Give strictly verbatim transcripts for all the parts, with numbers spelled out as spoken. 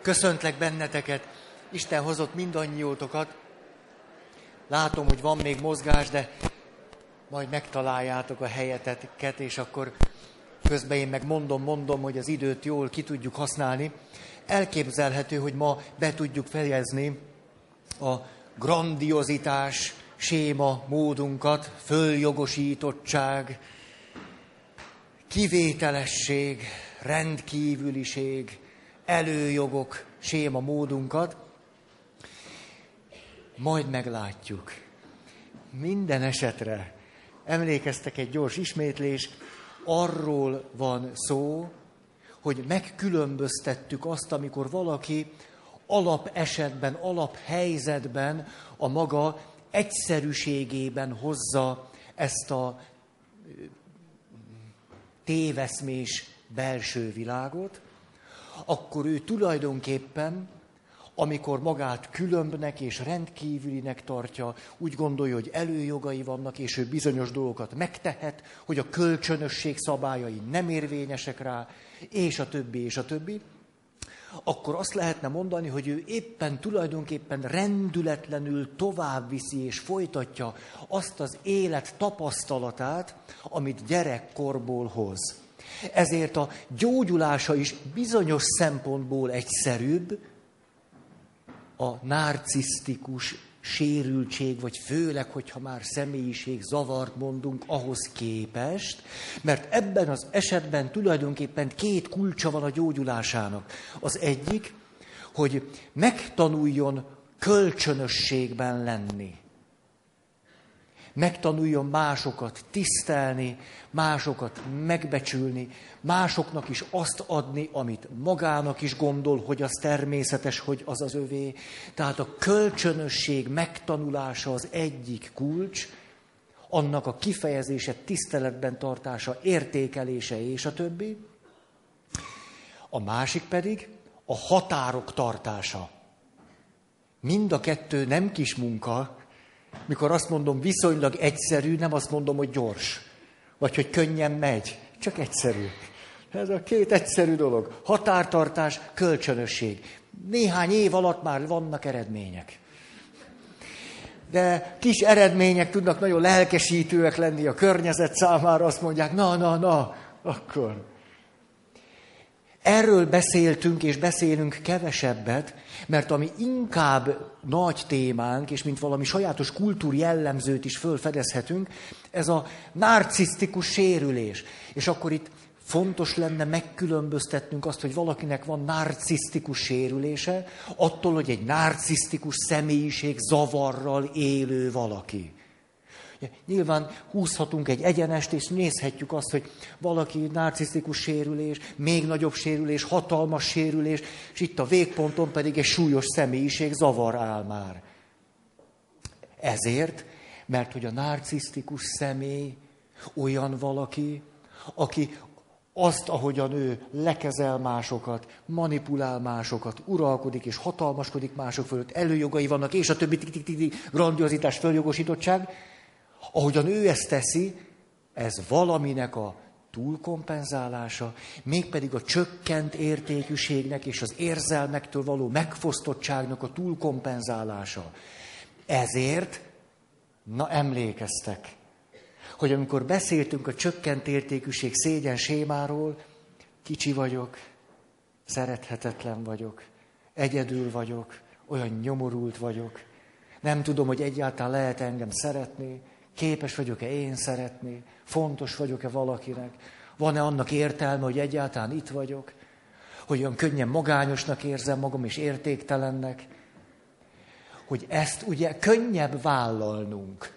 Köszöntlek benneteket, Isten hozott mindannyiótokat. Látom, hogy van még mozgás, de majd megtaláljátok a helyeteket, és akkor közben én meg mondom, mondom, hogy az időt jól ki tudjuk használni. Elképzelhető, hogy ma be tudjuk fejezni a grandiozitás, séma módunkat, följogosítottság, kivételesség, rendkívüliség, előjogok, séma módunkat. Majd meglátjuk. Minden esetre emlékeztek egy gyors ismétlés, arról van szó, hogy megkülönböztettük azt, amikor valaki alapesetben, alaphelyzetben a maga egyszerűségében hozza ezt a téveszmés belső világot, akkor ő tulajdonképpen, amikor magát különbnek és rendkívülinek tartja, úgy gondolja, hogy előjogai vannak, és ő bizonyos dolgokat megtehet, hogy a kölcsönösség szabályai nem érvényesek rá, és a többi, és a többi, akkor azt lehetne mondani, hogy ő éppen tulajdonképpen rendületlenül tovább viszi és folytatja azt az élet tapasztalatát, amit gyerekkorból hoz. Ezért a gyógyulása is bizonyos szempontból egyszerűbb, a narcisztikus sérültség, vagy főleg, hogyha már személyiség zavart mondunk, ahhoz képest, mert ebben az esetben tulajdonképpen két kulcsa van a gyógyulásának. Az egyik, hogy megtanuljon kölcsönösségben lenni. Megtanuljon másokat tisztelni, másokat megbecsülni, másoknak is azt adni, amit magának is gondol, hogy az természetes, hogy az az övé. Tehát a kölcsönösség megtanulása az egyik kulcs, annak a kifejezése, tiszteletben tartása, értékelése és a többi. A másik pedig a határok tartása. Mind a kettő nem kis munka. Mikor azt mondom viszonylag egyszerű, nem azt mondom, hogy gyors, vagy hogy könnyen megy, csak egyszerű. Ez a két egyszerű dolog. Határtartás, kölcsönösség. Néhány év alatt már vannak eredmények. De kis eredmények tudnak nagyon lelkesítőek lenni a környezet számára, azt mondják, na, na, na, akkor. Erről beszéltünk és beszélünk kevesebbet, mert ami inkább nagy témánk, és mint valami sajátos kultúr jellemzőt is fölfedezhetünk, ez a narcisztikus sérülés. És akkor itt fontos lenne megkülönböztetnünk azt, hogy valakinek van narcisztikus sérülése, attól, hogy egy narcisztikus személyiség zavarral élő valaki. Nyilván húzhatunk egy egyenest, és nézhetjük azt, hogy valaki narcisztikus sérülés, még nagyobb sérülés, hatalmas sérülés, és itt a végponton pedig egy súlyos személyiség zavar áll már. Ezért, mert hogy a narcisztikus személy olyan valaki, aki azt, ahogyan ő lekezel másokat, manipulál másokat, uralkodik és hatalmaskodik mások fölött, előjogai vannak, és a többi grandiozitás, följogosítottság, ahogyan ő ezt teszi, ez valaminek a túlkompenzálása, mégpedig a csökkent értékűségnek és az érzelmektől való megfosztottságnak a túlkompenzálása. Ezért, na emlékeztek, hogy amikor beszéltünk a csökkent értékűség szégyen sémáról, kicsi vagyok, szerethetetlen vagyok, egyedül vagyok, olyan nyomorult vagyok, nem tudom, hogy egyáltalán lehet engem szeretni, képes vagyok-e én szeretni, fontos vagyok-e valakinek, van-e annak értelme, hogy egyáltalán itt vagyok, hogy olyan könnyen magányosnak érzem magam és értéktelennek, hogy ezt ugye könnyebb vállalnunk.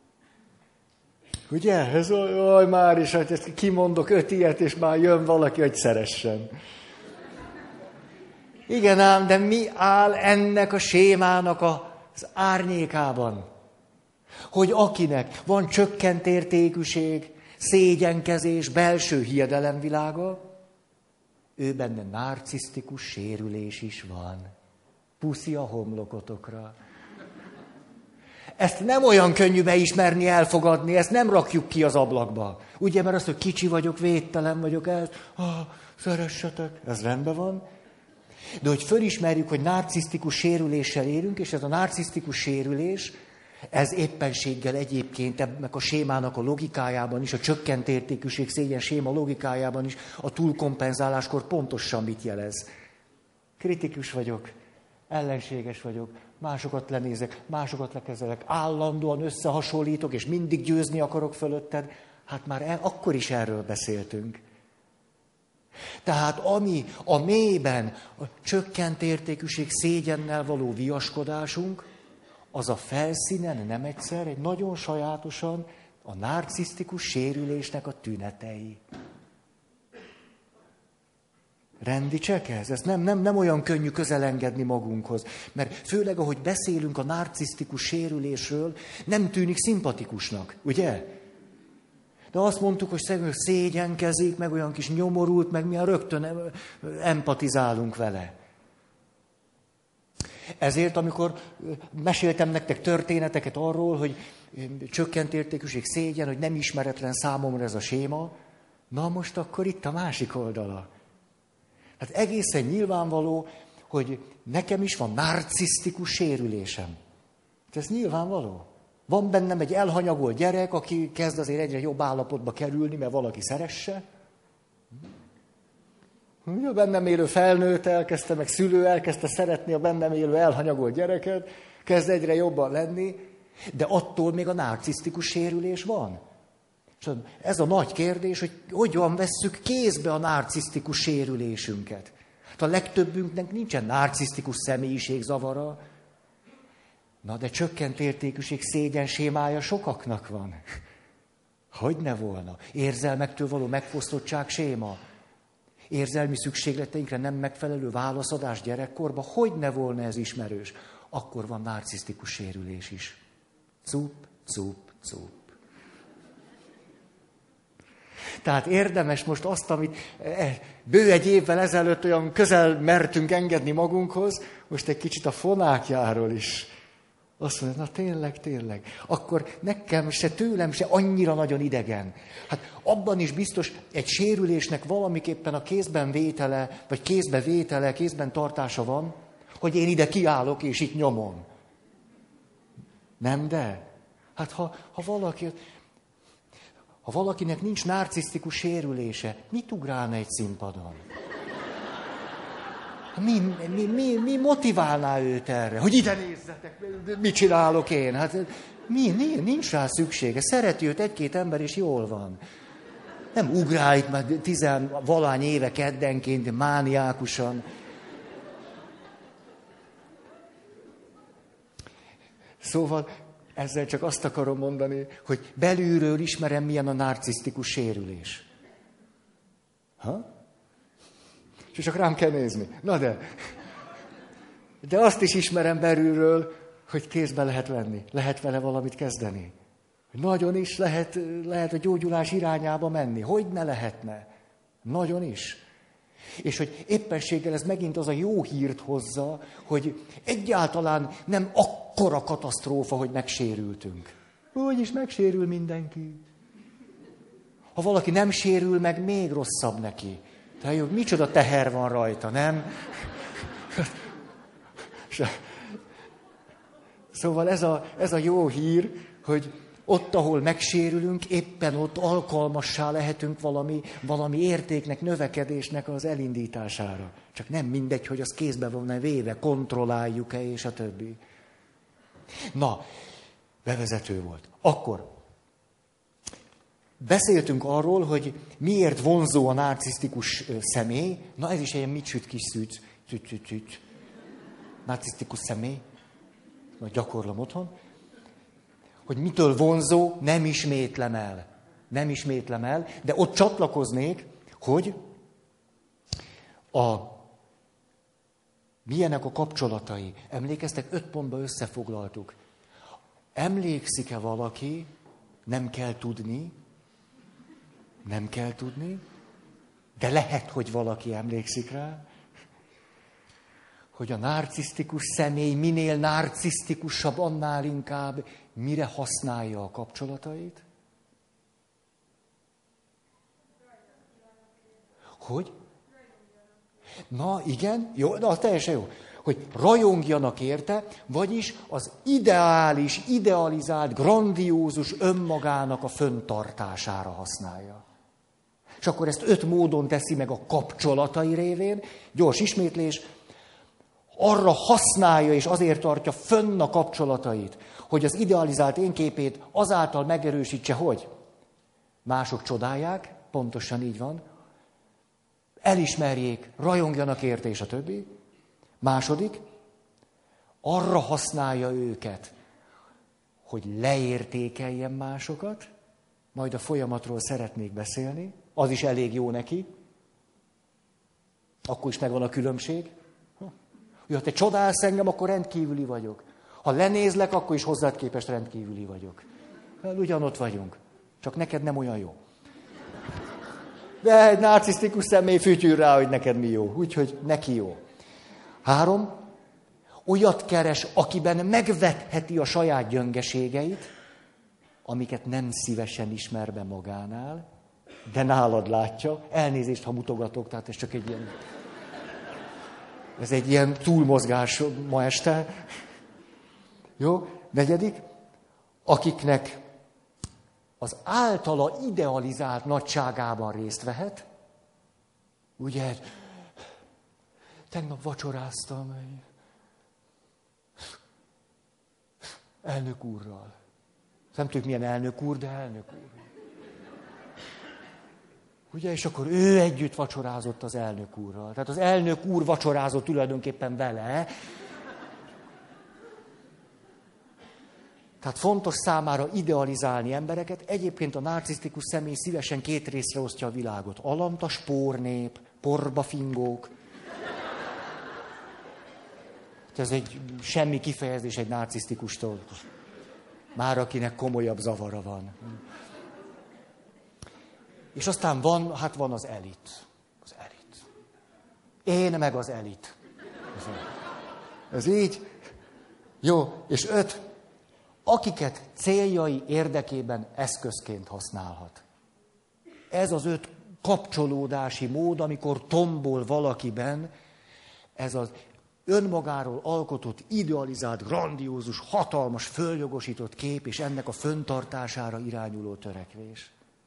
Ugye? Ez olyan már is, hogy ezt kimondok öt ilyet, és már jön valaki, hogy szeressen. Igen ám, de mi áll ennek a sémának az árnyékában? Hogy akinek van csökkent értékűség, szégyenkezés, belső hiedelemvilága, ő benne narcisztikus sérülés is van. Puszi a homlokotokra. Ezt nem olyan könnyű beismerni, elfogadni, ezt nem rakjuk ki az ablakba. Ugye, mert azt, hogy kicsi vagyok, védtelen vagyok, ez, ah, szeressetek, ez rendben van. De hogy fölismerjük, hogy narcisztikus sérüléssel élünk, és ez a narcisztikus sérülés, ez éppenséggel egyébként ennek a sémának a logikájában is, a csökkent értékűség szégyen séma logikájában is, a túlkompenzáláskor pontosan mit jelez. Kritikus vagyok, ellenséges vagyok, másokat lenézek, másokat lekezelek, állandóan összehasonlítok, és mindig győzni akarok fölötted. Hát már el, akkor is erről beszéltünk. Tehát ami a mélyben a csökkent értékűség szégyennel való viaskodásunk, az a felszínen nem egyszer, egy nagyon sajátosan a narcisztikus sérülésnek a tünetei. Rendi csek ez? Ez nem, nem, nem olyan könnyű közelengedni magunkhoz. Mert főleg, ahogy beszélünk a narcisztikus sérülésről, nem tűnik szimpatikusnak, ugye? De azt mondtuk, hogy szegény szégyenkezik, meg olyan kis nyomorult, meg mi rögtön empatizálunk vele. Ezért, amikor meséltem nektek történeteket arról, hogy csökkent értékűség szégyen, hogy nem ismeretlen számomra ez a séma, na most akkor itt a másik oldala. Hát egészen nyilvánvaló, hogy nekem is van narcisztikus sérülésem. Ez nyilvánvaló. Van bennem egy elhanyagolt gyerek, aki kezd azért egyre jobb állapotba kerülni, mert valaki szeresse. A bennem élő felnőtt elkezdte, meg szülő elkezdte szeretni a bennem élő elhanyagolt gyereket, kezd egyre jobban lenni, de attól még a narcisztikus sérülés van. És ez a nagy kérdés, hogy hogyan vesszük kézbe a narcisztikus sérülésünket. Hát a legtöbbünknek nincsen narcisztikus személyiségzavara, na de csökkent értékűség szégyen sémája sokaknak van. Hogyne volna? Érzelmektől való megfosztottság séma. Érzelmi szükségleteinkre nem megfelelő válaszadás gyerekkorban, hogy ne volna ez ismerős? Akkor van narcisztikus sérülés is. Cup, cup, cup. Tehát érdemes most azt, amit bő egy évvel ezelőtt olyan közel mertünk engedni magunkhoz, most egy kicsit a fonákjáról is. Azt mondja, na tényleg, tényleg. Akkor nekem se, tőlem se annyira nagyon idegen. Hát abban is biztos egy sérülésnek valamiképpen a kézben vétele, vagy kézbe vétele, kézben tartása van, hogy én ide kiállok és itt nyomom. Nem de? Hát ha, ha valaki... Ha valakinek nincs narcisztikus sérülése, mit ugrálna egy színpadon? Mi, mi, mi, mi motiválná őt erre? Hogy ide nézzetek, mit csinálok én? Hát mi, nincs rá szüksége. Szereti őt egy-két ember, és jól van. Nem ugrál itt már tizenvalány éve keddenként, mániákusan. Szóval ezzel csak azt akarom mondani, hogy belülről ismerem, milyen a narcisztikus sérülés. Ha? És csak rám kell nézni. Na de. De azt is ismerem belülről, hogy kézbe lehet venni. Lehet vele valamit kezdeni. Nagyon is lehet, lehet a gyógyulás irányába menni. Hogy ne lehetne? Nagyon is. És hogy éppenséggel ez megint az a jó hírt hozza, hogy egyáltalán nem akkora katasztrófa, hogy megsérültünk. Úgyis megsérül mindenki. Ha valaki nem sérül meg, még rosszabb neki. Tehát jó, micsoda teher van rajta, nem? Szóval ez a, ez a jó hír, hogy ott, ahol megsérülünk, éppen ott alkalmassá lehetünk valami, valami értéknek, növekedésnek az elindítására. Csak nem mindegy, hogy az kézbe van véve, kontrolláljuk-e, és a többi. Na, bevezető volt. Akkor beszéltünk arról, hogy miért vonzó a narcisztikus személy. Na, ez is egy mit süt kis szűcs. Süt, süt, süt. Narcisztikus személy. Majd gyakorlom otthon. Hogy mitől vonzó, nem ismétlem el. Nem ismétlem el, de ott csatlakoznék, hogy a, milyenek a kapcsolatai. Emlékeztek, öt pontba összefoglaltuk. Emlékszik-e valaki, nem kell tudni, nem kell tudni, de lehet, hogy valaki emlékszik rá, hogy a narcisztikus személy minél narcisztikusabb, annál inkább mire használja a kapcsolatait? Hogy? Na, igen, jó, na, teljesen jó. Hogy rajongjanak érte, vagyis az ideális, idealizált, grandiózus önmagának a föntartására használja. És akkor ezt öt módon teszi meg a kapcsolatai révén, gyors ismétlés, arra használja és azért tartja fönn a kapcsolatait, hogy az idealizált énképét azáltal megerősítse, hogy mások csodálják, pontosan így van, elismerjék, rajongjanak érte és a többi. Második, arra használja őket, hogy leértékeljen másokat, majd a folyamatról szeretnék beszélni, az is elég jó neki, akkor is megvan a különbség. Ha te csodálsz engem, akkor rendkívüli vagyok. Ha lenézlek, akkor is hozzád képest rendkívüli vagyok. Hát ugyanott vagyunk, csak neked nem olyan jó. De egy narcisztikus személy fütyül rá, hogy neked mi jó, úgyhogy neki jó. Három, olyat keres, akiben megvetheti a saját gyöngeségeit, amiket nem szívesen ismer be magánál, de nálad látja. Elnézést, ha mutogatok, tehát ez csak egy ilyen... Ez egy ilyen túlmozgás ma este. Jó? Negyedik, akiknek az általa idealizált nagyságában részt vehet. Ugye, tegnap vacsoráztam elnök úrral. Nem tudjuk, milyen elnök úr, de elnök úr. Ugye, és akkor ő együtt vacsorázott az elnök úrral. Tehát az elnök úr vacsorázott tulajdonképpen vele. Tehát fontos számára idealizálni embereket. Egyébként a narcisztikus személy szívesen két részre osztja a világot. Alanta, spórnép, porba fingók. Ez egy semmi kifejezés egy narcisztikustól. Már akinek komolyabb zavara van. És aztán van, hát van az elit. Az elit. Én meg az elit. Ez így. Jó, és öt. Akiket céljai érdekében eszközként használhat. Ez az öt kapcsolódási mód, amikor tombol valakiben ez az önmagáról alkotott, idealizált, grandiózus, hatalmas, följogosított kép, és ennek a föntartására irányuló törekvés.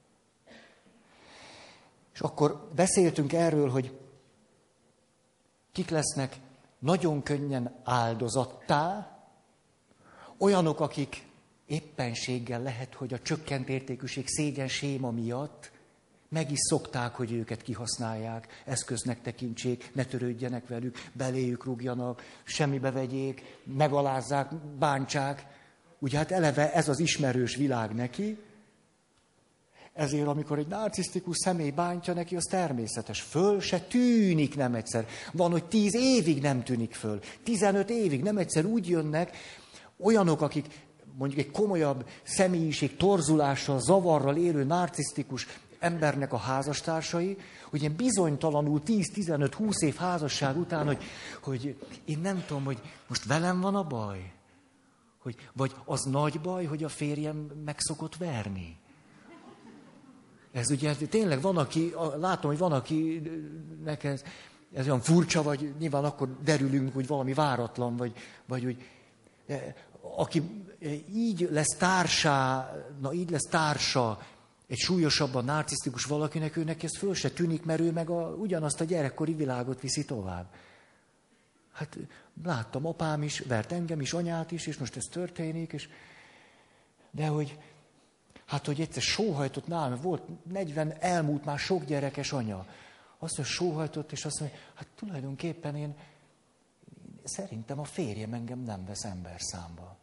És akkor beszéltünk erről, hogy kik lesznek nagyon könnyen áldozattá, olyanok, akik éppenséggel lehet, hogy a csökkent értékűség szégyen séma miatt meg is szokták, hogy őket kihasználják, eszköznek tekintsék, ne törődjenek velük, beléjük rúgjanak, semmibe vegyék, megalázzák, bántsák. Ugye hát eleve ez az ismerős világ neki, ezért amikor egy narcisztikus személy bántja neki, az természetes. Föl se tűnik nem egyszer. Van, hogy tíz évig nem tűnik föl. Tizenöt évig nem egyszer úgy jönnek olyanok, akik mondjuk egy komolyabb személyiség torzulással, zavarral élő narcisztikus embernek a házastársai, hogy ilyen bizonytalanul tíz-tizenöt-húsz év házasság után, hogy, hogy én nem tudom, hogy most velem van a baj, hogy, vagy az nagy baj, hogy a férjem meg szokott verni. Ez ugye tényleg van, aki, látom, hogy van, akinek ez, ez olyan furcsa, vagy nyilván akkor derülünk, hogy valami váratlan, vagy, vagy hogy aki így lesz társá, na így lesz társa egy súlyosabban narcisztikus valakinek, őnek ez föl se tűnik, mert ő meg a, ugyanazt a gyerekkori világot viszi tovább. Hát láttam, apám is, vert engem is, anyát is, és most ez történik, és de hogy hát, hogy egyszer sóhajtott nálam, volt negyven, elmúlt már sok gyerekes anya. Azt mondja, sóhajtott, és azt mondja, hát tulajdonképpen én, szerintem a férjem engem nem vesz emberszámba.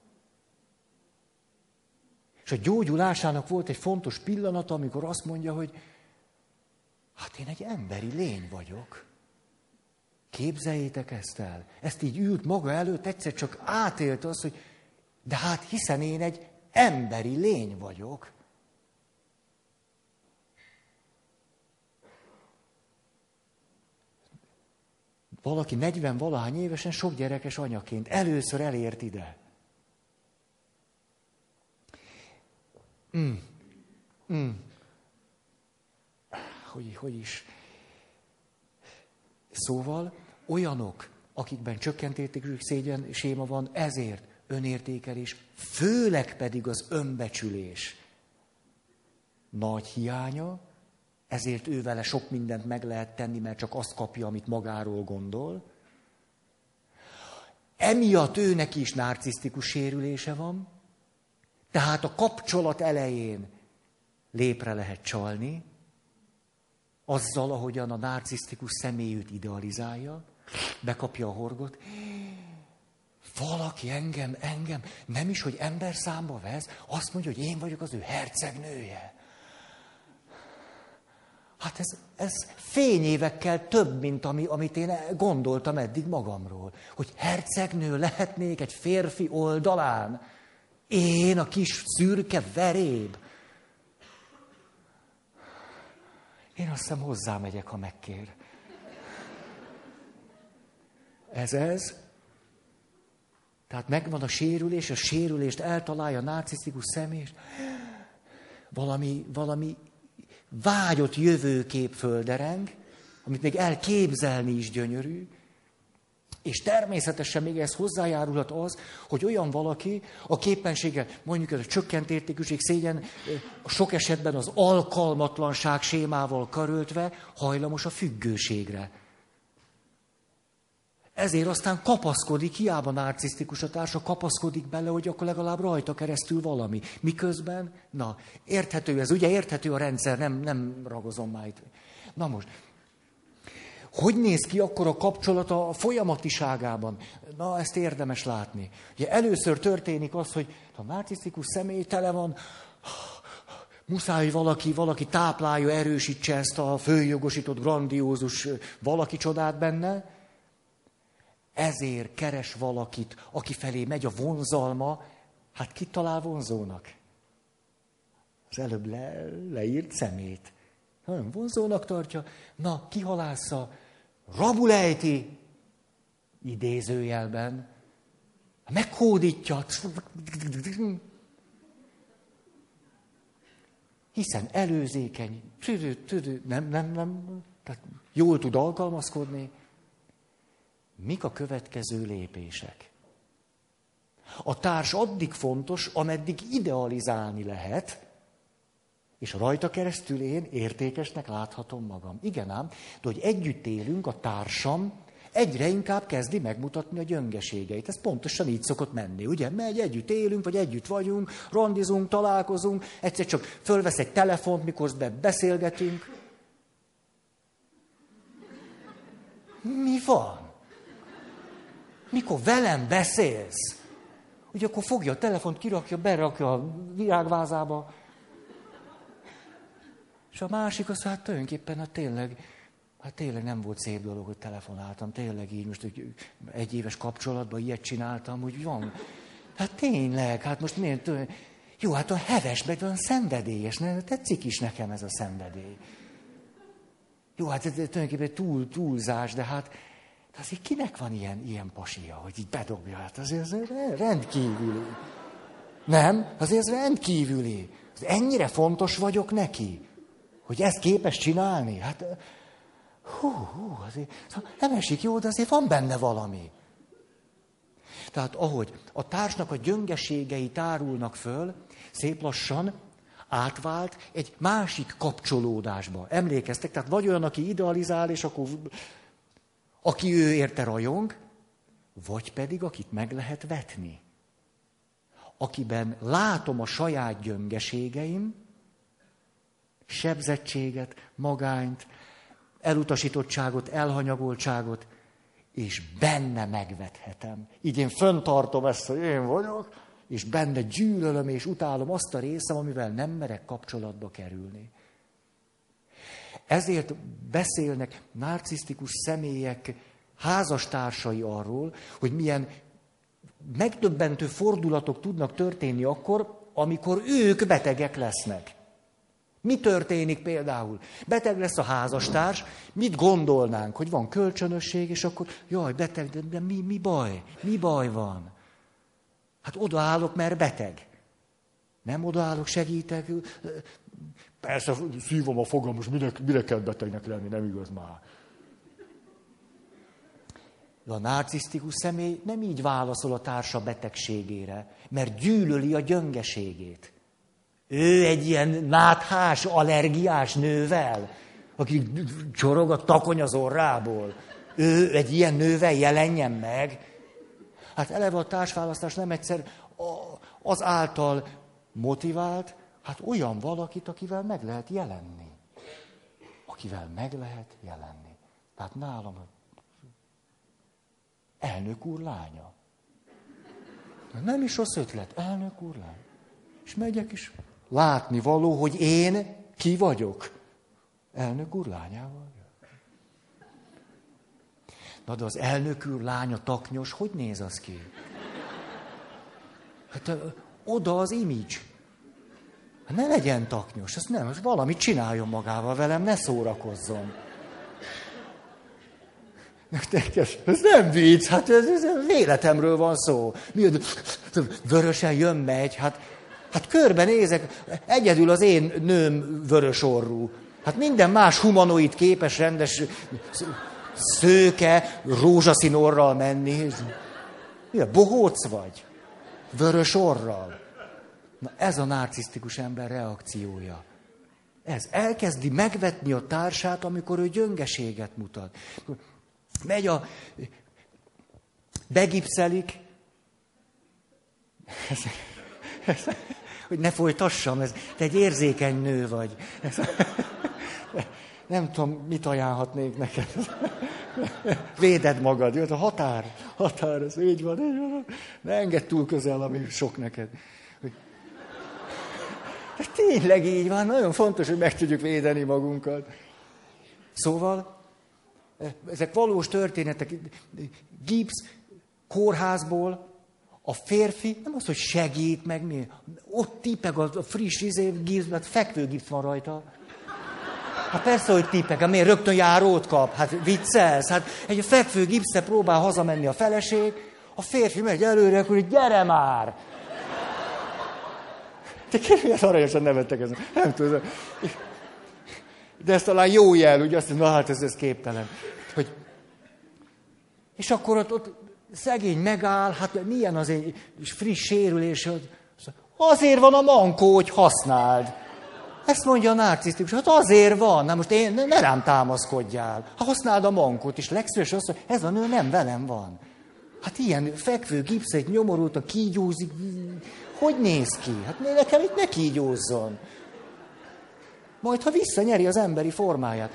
És a gyógyulásának volt egy fontos pillanata, amikor azt mondja, hogy hát én egy emberi lény vagyok. Képzeljétek ezt el. Ezt így ült maga előtt, egyszer csak átélte azt, hogy de hát hiszen én egy emberi lény vagyok. Valaki negyven-valahány évesen sok gyerekes anyaként először elért ide. Mm. Mm. Hogy, hogy is. Szóval olyanok, akikben csökkentértékű szégyen séma van, ezért önértékelés, főleg pedig az önbecsülés nagy hiánya, ezért ő vele sok mindent meg lehet tenni, mert csak azt kapja, amit magáról gondol. Emiatt őnek is narcisztikus sérülése van, tehát a kapcsolat elején lépre lehet csalni, azzal, ahogyan a narcisztikus személy őt idealizálja, bekapja a horgot. Valaki engem, engem, nem is, hogy ember számba vesz, azt mondja, hogy én vagyok az ő hercegnője. Hát ez, ez fényévekkel több, mint ami, amit én gondoltam eddig magamról. Hogy hercegnő lehetnék egy férfi oldalán. Én, a kis szürke veréb. Én azt hiszem hozzámegyek, ha megkér. Ez ez. Tehát megvan a sérülés, a sérülést eltalálja a narcisztikus személy, valami, valami vágyott jövőkép földereng, amit még elképzelni is gyönyörű, és természetesen még ez hozzájárulhat az, hogy olyan valaki a képességgel, mondjuk ez a csökkent értékűség, szégyen, sok esetben az alkalmatlanság sémával karöltve hajlamos a függőségre. Ezért aztán kapaszkodik, hiába narcisztikus a társa, kapaszkodik bele, hogy akkor legalább rajta keresztül valami. Miközben, na, érthető ez, ugye érthető a rendszer, nem, nem ragozom már itt. Na most, hogy néz ki akkor a kapcsolat a folyamatiságában? Na, ezt érdemes látni. Ugye először történik az, hogy a narcisztikus személy tele van, muszáj, hogy valaki, valaki táplálja, erősítse ezt a főjogosított, grandiózus valaki csodát benne, ezért keres valakit, aki felé megy a vonzalma, hát ki talál vonzónak? Az előbb le, leírt szemét. Nagyon vonzónak tartja, na, kihalásza, rabulejti, idézőjelben, meghódítja, hiszen előzékeny, tüdő, tüdő, nem, nem, nem, tehát jól tud alkalmazkodni. Mik a következő lépések? A társ addig fontos, ameddig idealizálni lehet, és rajta keresztül én értékesnek láthatom magam. Igen ám, de hogy együtt élünk, a társam egyre inkább kezdi megmutatni a gyöngeségeit. Ez pontosan így szokott menni, ugye? Megy, együtt élünk, vagy együtt vagyunk, randizunk, találkozunk, egyszer csak fölvesz egy telefont, mikor beszélgetünk. Mi van? Mikor velem beszélsz? Ugye akkor fogja a telefont, kirakja, berakja a virágvázába. És a másik az, hát tulajdonképpen, hát tényleg, hát tényleg nem volt szép dolog, hogy telefonáltam. Tényleg így most hogy egy éves kapcsolatban ilyet csináltam, hogy van. Hát tényleg, hát most miért? Jó, hát a heves, meg olyan szenvedélyes, ne? Tetszik is nekem ez a szenvedély. Jó, hát ez tulajdonképpen túl, túlzás, de hát de azért kinek van ilyen, ilyen pasia, hogy így bedobja? Hát azért ez rendkívüli. Nem? Azért ez rendkívüli. Ennyire fontos vagyok neki, hogy ezt képes csinálni. Hát, hú, hú, azért nem esik jó, de azért van benne valami. Tehát ahogy a társnak a gyöngeségei tárulnak föl, szép lassan átvált egy másik kapcsolódásba. Emlékeztek? Tehát vagy olyan, aki idealizál, és akkor aki ő érte rajong, vagy pedig akit meg lehet vetni. Akiben látom a saját gyöngeségeim, sebzettséget, magányt, elutasítottságot, elhanyagoltságot, és benne megvethetem. Így én föntartom ezt, hogy én vagyok, és benne gyűlölöm és utálom azt a részem, amivel nem merek kapcsolatba kerülni. Ezért beszélnek narcisztikus személyek házastársai arról, hogy milyen megdöbbentő fordulatok tudnak történni akkor, amikor ők betegek lesznek. Mi történik például? Beteg lesz a házastárs, mit gondolnánk, hogy van kölcsönösség, és akkor jaj, beteg, de, de mi, mi baj? Mi baj van? Hát odaállok, mert beteg. Nem odaállok, segítek. Persze szívom a fogam, most mire, mire kell betegnek lenni, nem igaz már. A narcisztikus személy nem így válaszol a társa betegségére, mert gyűlöli a gyöngeségét. Ő egy ilyen náthás, allergiás nővel, aki csorog a takony az orrából. Ő egy ilyen nővel jelenjen meg. Hát eleve a társválasztás nem egyszer az által motivált, hát olyan valakit, akivel meg lehet jelenni. Akivel meg lehet jelenni. Tehát nálam elnök úr lánya. Nem is rossz ötlet, elnök úr lánya. És megyek is látni való, hogy én ki vagyok. Elnök úr lányával. Na de az elnök úr lánya taknyos, hogy néz az ki? Hát oda az image. Hát ne legyen taknyos, ez nem, most valamit csináljon magával velem, ne szórakozzon. Ez nem vicc, hát ez, ez, ez életemről van szó. Mi, vörösen jön, megy, hát, hát körbenézek, egyedül az én nőm vörös orrú. Hát minden más humanoid képes, rendes, szőke, rózsaszín orral menni. Mi, bohóc vagy? Vörös orral. Na ez a narcisztikus ember reakciója. Ez elkezdi megvetni a társát, amikor ő gyöngeséget mutat. Megy a... begipszelik. Ez, ez, hogy ne folytassam, ez, te egy érzékeny nő vagy. Ez, nem tudom, mit ajánlhatnék neked. Véded magad, jött a határ. Határ, ez így van, így van. Ne engedd túl közel, ami sok neked. De tényleg így van, nagyon fontos, hogy meg tudjuk védeni magunkat. Szóval, ezek valós történetek, gipsz, kórházból, a férfi, nem az, hogy segít meg, mi, ott tipeg a friss izé, gipsz, hát fekvőgipsz van rajta. Hát persze, hogy tipeg, hát miért rögtön járót kap? Hát viccelsz, hát egy fekvőgipszre próbál hazamenni a feleség, a férfi megy előre, akkor hogy gyere már! Te kérlek, aranyosan nevettek ezen. Nem tudom. De ez talán jó jel, ugye azt mondja, na hát ez, ez képtelen. Hogy... És akkor ott, ott szegény megáll, hát milyen az egy friss sérülés, hogy azért van a mankó, hogy használd. Ezt mondja a narcisztikus, hát azért van, na most én, ne rám támaszkodjál. Ha használd a mankót, és legszívesen azt mondja, ez a nő nem velem van. Hát ilyen fekvő gipsz, egy nyomorult, a kígyózik, hogy néz ki? Hát nekem itt ne kígyózzon. Majd, ha visszanyeri az emberi formáját.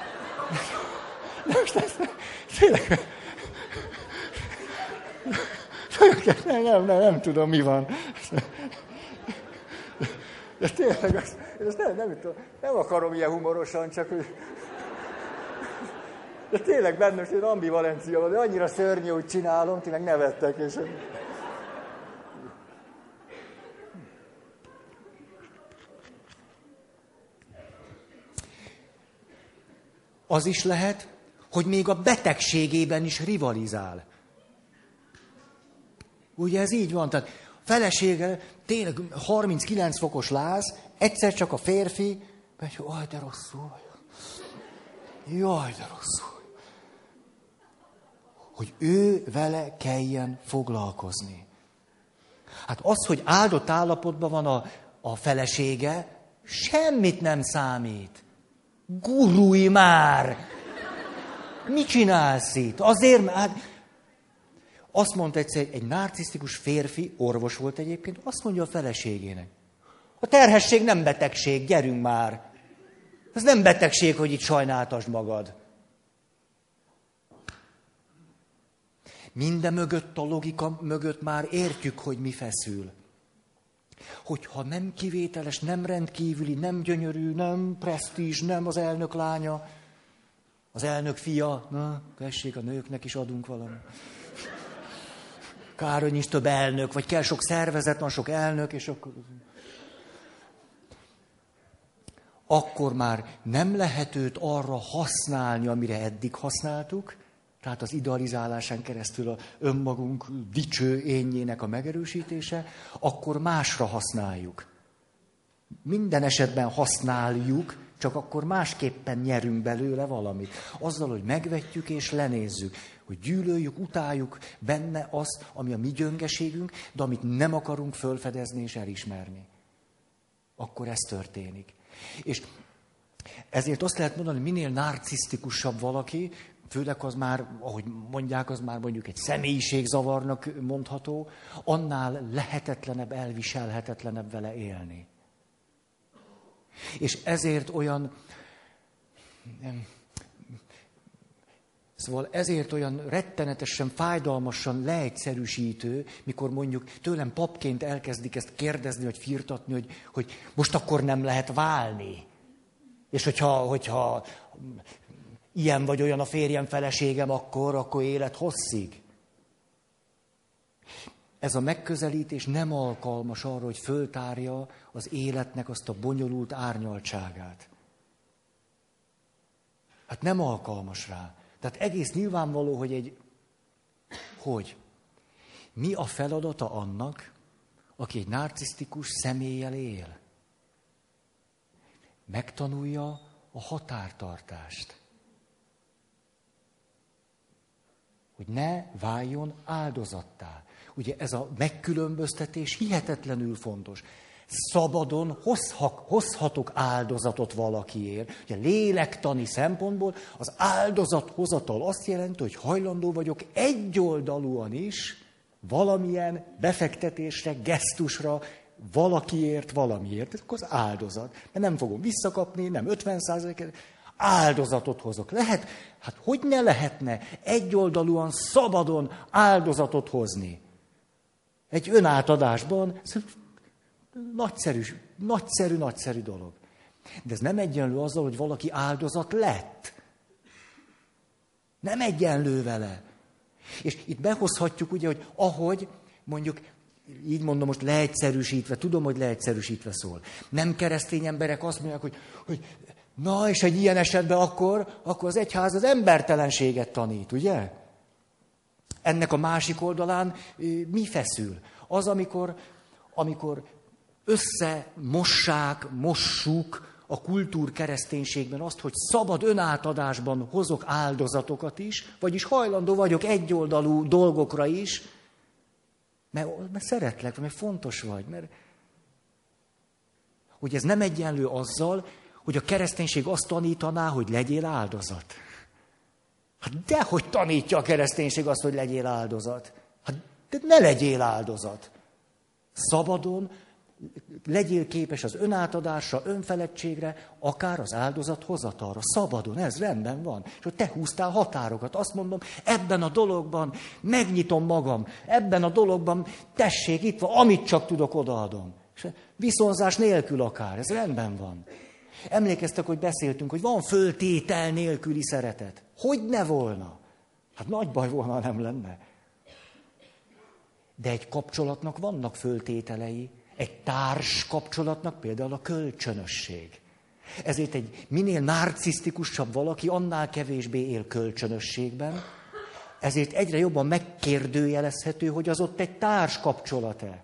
Most ez, tényleg... Nem, nem, nem, nem tudom, mi van. De tényleg, azt, azt nem, nem, nem, nem akarom ilyen humorosan, csak hogy... De tényleg bennem egy ambivalencia van, de annyira szörnyű, hogy csinálom, ti meg nevettek, és... Az is lehet, hogy még a betegségében is rivalizál. Ugye ez így van, tehát a felesége tényleg harminckilenc fokos láz, egyszer csak a férfi, megy, hogy jaj, de rosszul vagyok. Jaj, de rosszul. Hogy ő vele kelljen foglalkozni. Hát az, hogy áldott állapotban van a, a felesége, semmit nem számít. Gurulj már! Mit csinálsz itt? Azért, hát... Azt mondta egyszer, egy narcisztikus férfi, orvos volt egyébként, azt mondja a feleségének. A terhesség nem betegség, gyerünk már. Ez nem betegség, hogy itt sajnáltasd magad. Minden mögött, a logika mögött már értjük, hogy mi feszül. Hogyha nem kivételes, nem rendkívüli, nem gyönyörű, nem presztízs, nem az elnök lánya, az elnök fia, na, tessék, a nőknek is adunk valami. Kár, hogy nincs több elnök, vagy kell sok szervezet, van sok elnök, és akkor... Akkor már nem lehet őt arra használni, amire eddig használtuk, tehát az idealizálásán keresztül a önmagunk dicső énjének a megerősítése, akkor másra használjuk. Minden esetben használjuk, csak akkor másképpen nyerünk belőle valamit. Azzal, hogy megvetjük és lenézzük. hogy gyűlöljük, utáljuk benne azt, ami a mi gyöngeségünk, de amit nem akarunk fölfedezni és elismerni. Akkor ez történik. És ezért azt lehet mondani, hogy minél narcisztikusabb valaki, főleg az már, ahogy mondják, az már mondjuk egy személyiségzavarnak mondható, annál lehetetlenebb, elviselhetetlenebb vele élni. És ezért olyan, nem, szóval ezért olyan rettenetesen, fájdalmasan leegyszerűsítő, mikor mondjuk tőlem papként elkezdik ezt kérdezni, vagy firtatni, hogy, hogy most akkor nem lehet válni. És hogyha, hogyha ilyen vagy olyan a férjem, feleségem, akkor, akkor élet hosszig. Ez a megközelítés nem alkalmas arra, hogy föltárja az életnek azt a bonyolult árnyaltságát. Hát nem alkalmas rá. Tehát egész nyilvánvaló, hogy egy... Hogy? Mi a feladata annak, aki egy narcisztikus személlyel él? Megtanulja a határtartást. Hogy ne váljon áldozattá. Ugye ez a megkülönböztetés hihetetlenül fontos. Szabadon hozhak, hozhatok áldozatot valakiért. Ugye lélektani szempontból az áldozathozatal azt jelenti, hogy hajlandó vagyok egyoldalúan is valamilyen befektetésre, gesztusra, valakiért, valamiért. Ez akkor az áldozat. Mert nem fogom visszakapni, nem ötven százalékot, áldozatot hozok. Lehet? Hát hogy ne lehetne egyoldalúan, szabadon áldozatot hozni? Egy önátadásban nagyszerű, nagyszerű, nagyszerű dolog. De ez nem egyenlő azzal, hogy valaki áldozat lett. Nem egyenlő vele. És itt behozhatjuk ugye, hogy ahogy mondjuk, így mondom most leegyszerűsítve, tudom, hogy leegyszerűsítve szól. Nem keresztény emberek azt mondják, hogy, hogy na, és egy ilyen esetben akkor, akkor az egyház az embertelenséget tanít, ugye? Ennek a másik oldalán mi feszül? Az, amikor, amikor összemossák, mossuk a kultúrkereszténységben azt, hogy szabad önátadásban hozok áldozatokat is, vagyis hajlandó vagyok egyoldalú dolgokra is, mert, mert szeretlek, mert fontos vagy, mert hogy ez nem egyenlő azzal, hogy a kereszténység azt tanítaná, hogy legyél áldozat. Hát dehogy tanítja a kereszténység azt, hogy legyél áldozat. Hát de ne legyél áldozat. Szabadon legyél képes az önátadásra, önfeledtségre, akár az áldozat hozatalra. Szabadon, ez rendben van. És hogy te húztál határokat. Azt mondom, ebben a dologban megnyitom magam. Ebben a dologban tessék, itt van, amit csak tudok, odaadom. És viszonzás nélkül akár, ez rendben van. Emlékeztek, hogy beszéltünk, hogy van föltétel nélküli szeretet. Hogy ne volna? Hát nagy baj volna, ha nem lenne. De egy kapcsolatnak vannak föltételei. Egy társ kapcsolatnak például a kölcsönösség. Ezért egy minél narcisztikusabb valaki, annál kevésbé él kölcsönösségben. Ezért egyre jobban megkérdőjelezhető, hogy az ott egy társ kapcsolat-e.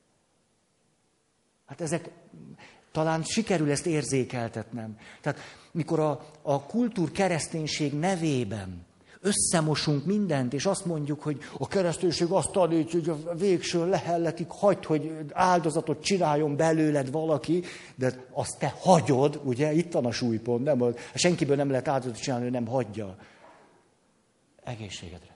Hát ezek... Talán sikerül ezt érzékeltetnem. Tehát mikor a, a kultúr kereszténység nevében összemosunk mindent, és azt mondjuk, hogy a kereszténység azt tanítja, hogy a végső lehelletig hagyd, hogy áldozatot csináljon belőled valaki, de azt te hagyod, ugye, itt van a súlypont, nem, senkiből nem lehet áldozatot csinálni, hogy nem hagyja. Egészségedre.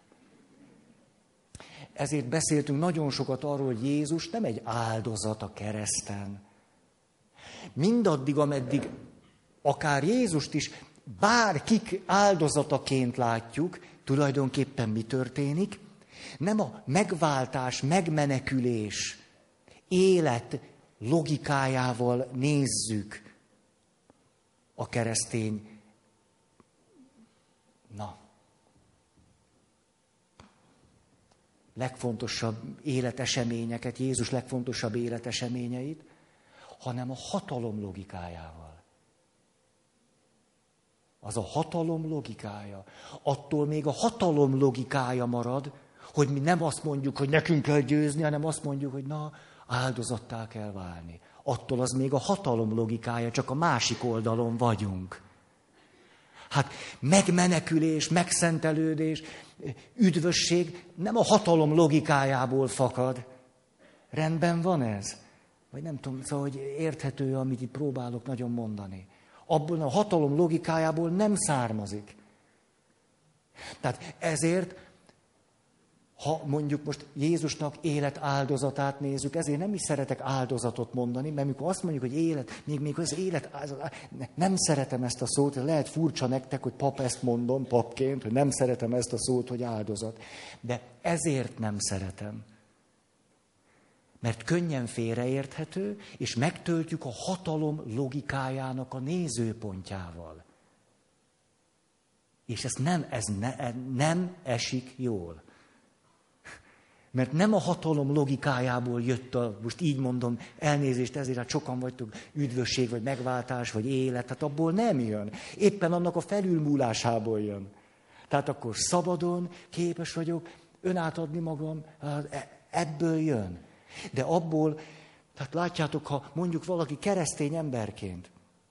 Ezért beszéltünk nagyon sokat arról, hogy Jézus nem egy áldozat a kereszten. Mindaddig, ameddig akár Jézust is bárkik áldozataként látjuk, tulajdonképpen mi történik? Nem a megváltás, megmenekülés, élet logikájával nézzük a keresztény. Na, legfontosabb életeseményeket, Jézus legfontosabb életeseményeit, hanem a hatalom logikájával. Az a hatalom logikája. Attól még a hatalom logikája marad, hogy mi nem azt mondjuk, hogy nekünk kell győzni, hanem azt mondjuk, hogy na, áldozattá kell válni. Attól az még a hatalom logikája, csak a másik oldalon vagyunk. Hát megmenekülés, megszentelődés, üdvösség nem a hatalom logikájából fakad. Rendben van ez? Vagy nem tudom, szóval, hogy érthető, amit itt próbálok nagyon mondani. Abból a hatalom logikájából nem származik. Tehát ezért, ha mondjuk most Jézusnak élet áldozatát nézzük, ezért nem is szeretek áldozatot mondani, mert mikor azt mondjuk, hogy élet, még, még az élet áldozat, nem szeretem ezt a szót, lehet furcsa nektek, hogy pap ezt mondom, papként, hogy nem szeretem ezt a szót, hogy áldozat. De ezért nem szeretem. Mert könnyen félreérthető, és megtöltjük a hatalom logikájának a nézőpontjával. És ez nem, ez ne, nem esik jól. Mert nem a hatalom logikájából jött a, most így mondom, elnézést ezért, hát sokan vagytok, üdvösség, vagy megváltás, vagy élet, hát abból nem jön. Éppen annak a felülmúlásából jön. Tehát akkor szabadon képes vagyok önátadni magam, ebből jön. De abból, tehát látjátok, ha mondjuk valaki keresztény emberként,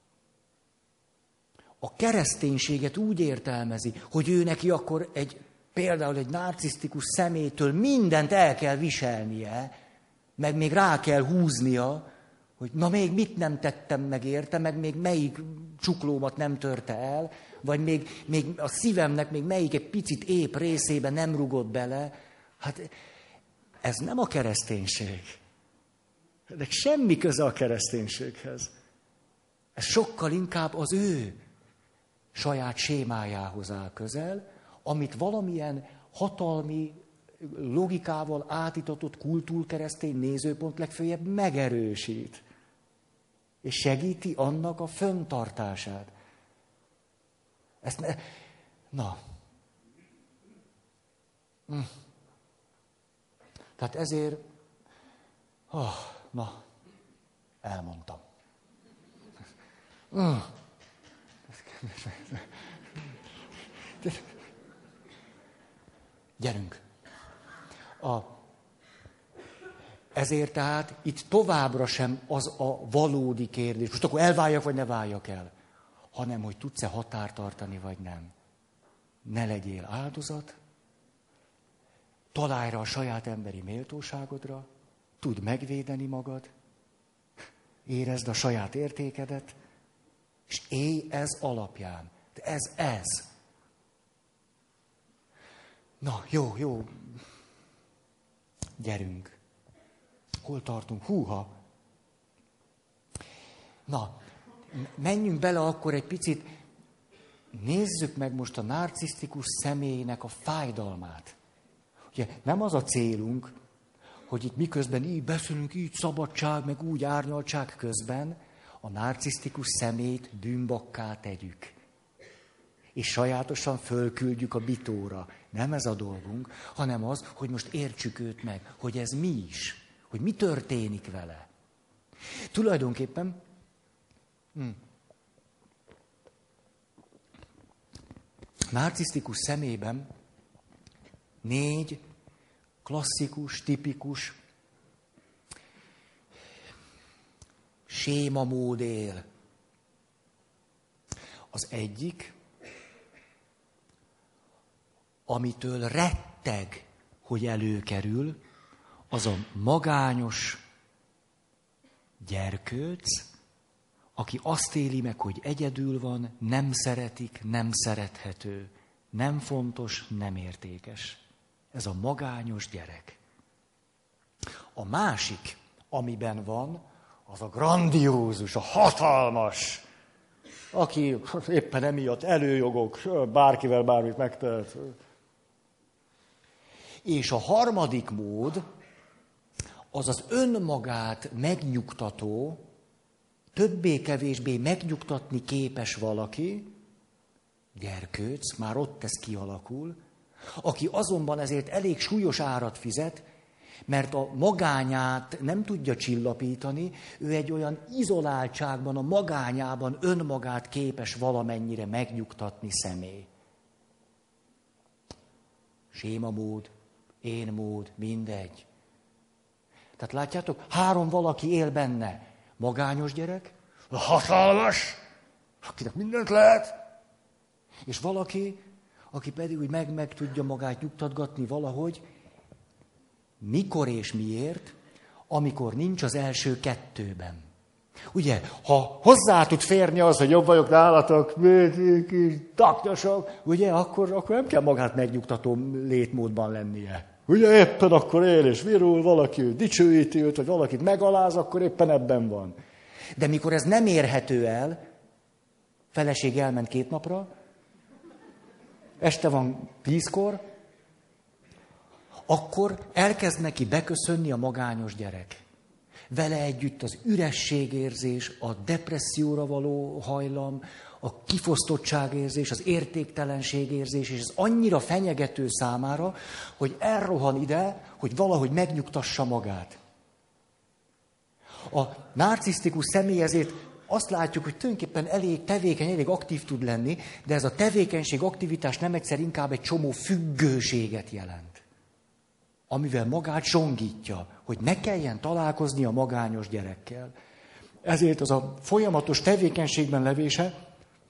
a kereszténységet úgy értelmezi, hogy ő neki akkor egy, például egy narcisztikus személytől mindent el kell viselnie, meg még rá kell húznia, hogy na még mit nem tettem meg érte, meg még melyik csuklómat nem törte el, vagy még, még a szívemnek még melyik egy picit ép részébe nem rugott bele. Hát ez nem a kereszténység. De semmi köze a kereszténységhez. Ez sokkal inkább az ő saját sémájához áll közel, amit valamilyen hatalmi logikával átítatott kultúrkeresztény nézőpont legfőjebb megerősít. És segíti annak a fenntartását. Ezt ne... Na. Hm. Tehát ezért... Oh, na, elmondtam. Hm. Gyerünk. A, ezért tehát itt továbbra sem az a valódi kérdés, most akkor elváljak, vagy ne váljak el, hanem, hogy tudsz-e határt tartani, vagy nem. Ne legyél áldozat, találj rá a saját emberi méltóságodra, tudd megvédeni magad, érezd a saját értékedet, és élj ez alapján. De ez ez. Na, jó, jó. Gyerünk. Hol tartunk? Húha. Na, menjünk bele akkor egy picit, nézzük meg most a narcisztikus személynek a fájdalmát. Ugye nem az a célunk, hogy itt miközben így beszélünk, így szabadság, meg úgy árnyaltság közben, a narcisztikus személyt bűnbakká tegyük. És sajátosan fölküldjük a bitóra. Nem ez a dolgunk, hanem az, hogy most értsük őt meg, hogy ez mi is, hogy mi történik vele. Tulajdonképpen hm, narcisztikus személyben négy klasszikus, tipikus sémamód él. Az egyik, amitől retteg, hogy előkerül, az a magányos gyerkőc, aki azt éli meg, hogy egyedül van, nem szeretik, nem szerethető, nem fontos, nem értékes. Ez a magányos gyerek. A másik, amiben van, az a grandiózus, a hatalmas, aki éppen emiatt előjogok, bárkivel bármit megtehet. És a harmadik mód, az az önmagát megnyugtató, többé-kevésbé megnyugtatni képes valaki, gyerkőc, már ott ez kialakul, aki azonban ezért elég súlyos árat fizet, mert a magányát nem tudja csillapítani, ő egy olyan izoláltságban, a magányában önmagát képes valamennyire megnyugtatni személy. Sémamód, énmód, mindegy. Tehát látjátok, három valaki él benne. Magányos gyerek, hatalmas, akinek mindent lehet, és valaki, aki pedig úgy meg, meg tudja magát nyugtatgatni valahogy, mikor és miért, amikor nincs az első kettőben. Ugye, ha hozzá tud férni az, hogy jobb vagyok nálatok, taknyosok, ugye, akkor, akkor nem kell magát megnyugtató létmódban lennie. Ugye éppen akkor él és virul, valaki dicsőíti őt, vagy valakit megaláz, akkor éppen ebben van. De mikor ez nem érhető el, feleség elment két napra, este van tízkor, akkor elkezd neki beköszönni a magányos gyerek. Vele együtt az ürességérzés, a depresszióra való hajlam, a kifosztottságérzés, az értéktelenségérzés, és ez annyira fenyegető számára, hogy elrohan ide, hogy valahogy megnyugtassa magát. A narcisztikus személy ezért azt látjuk, hogy tulajdonképpen elég tevékeny, elég aktív tud lenni, de ez a tevékenység, aktivitás nem egyszer inkább egy csomó függőséget jelent, amivel magát zsongítja, hogy ne kelljen találkozni a magányos gyerekkel. Ezért az a folyamatos tevékenységben levése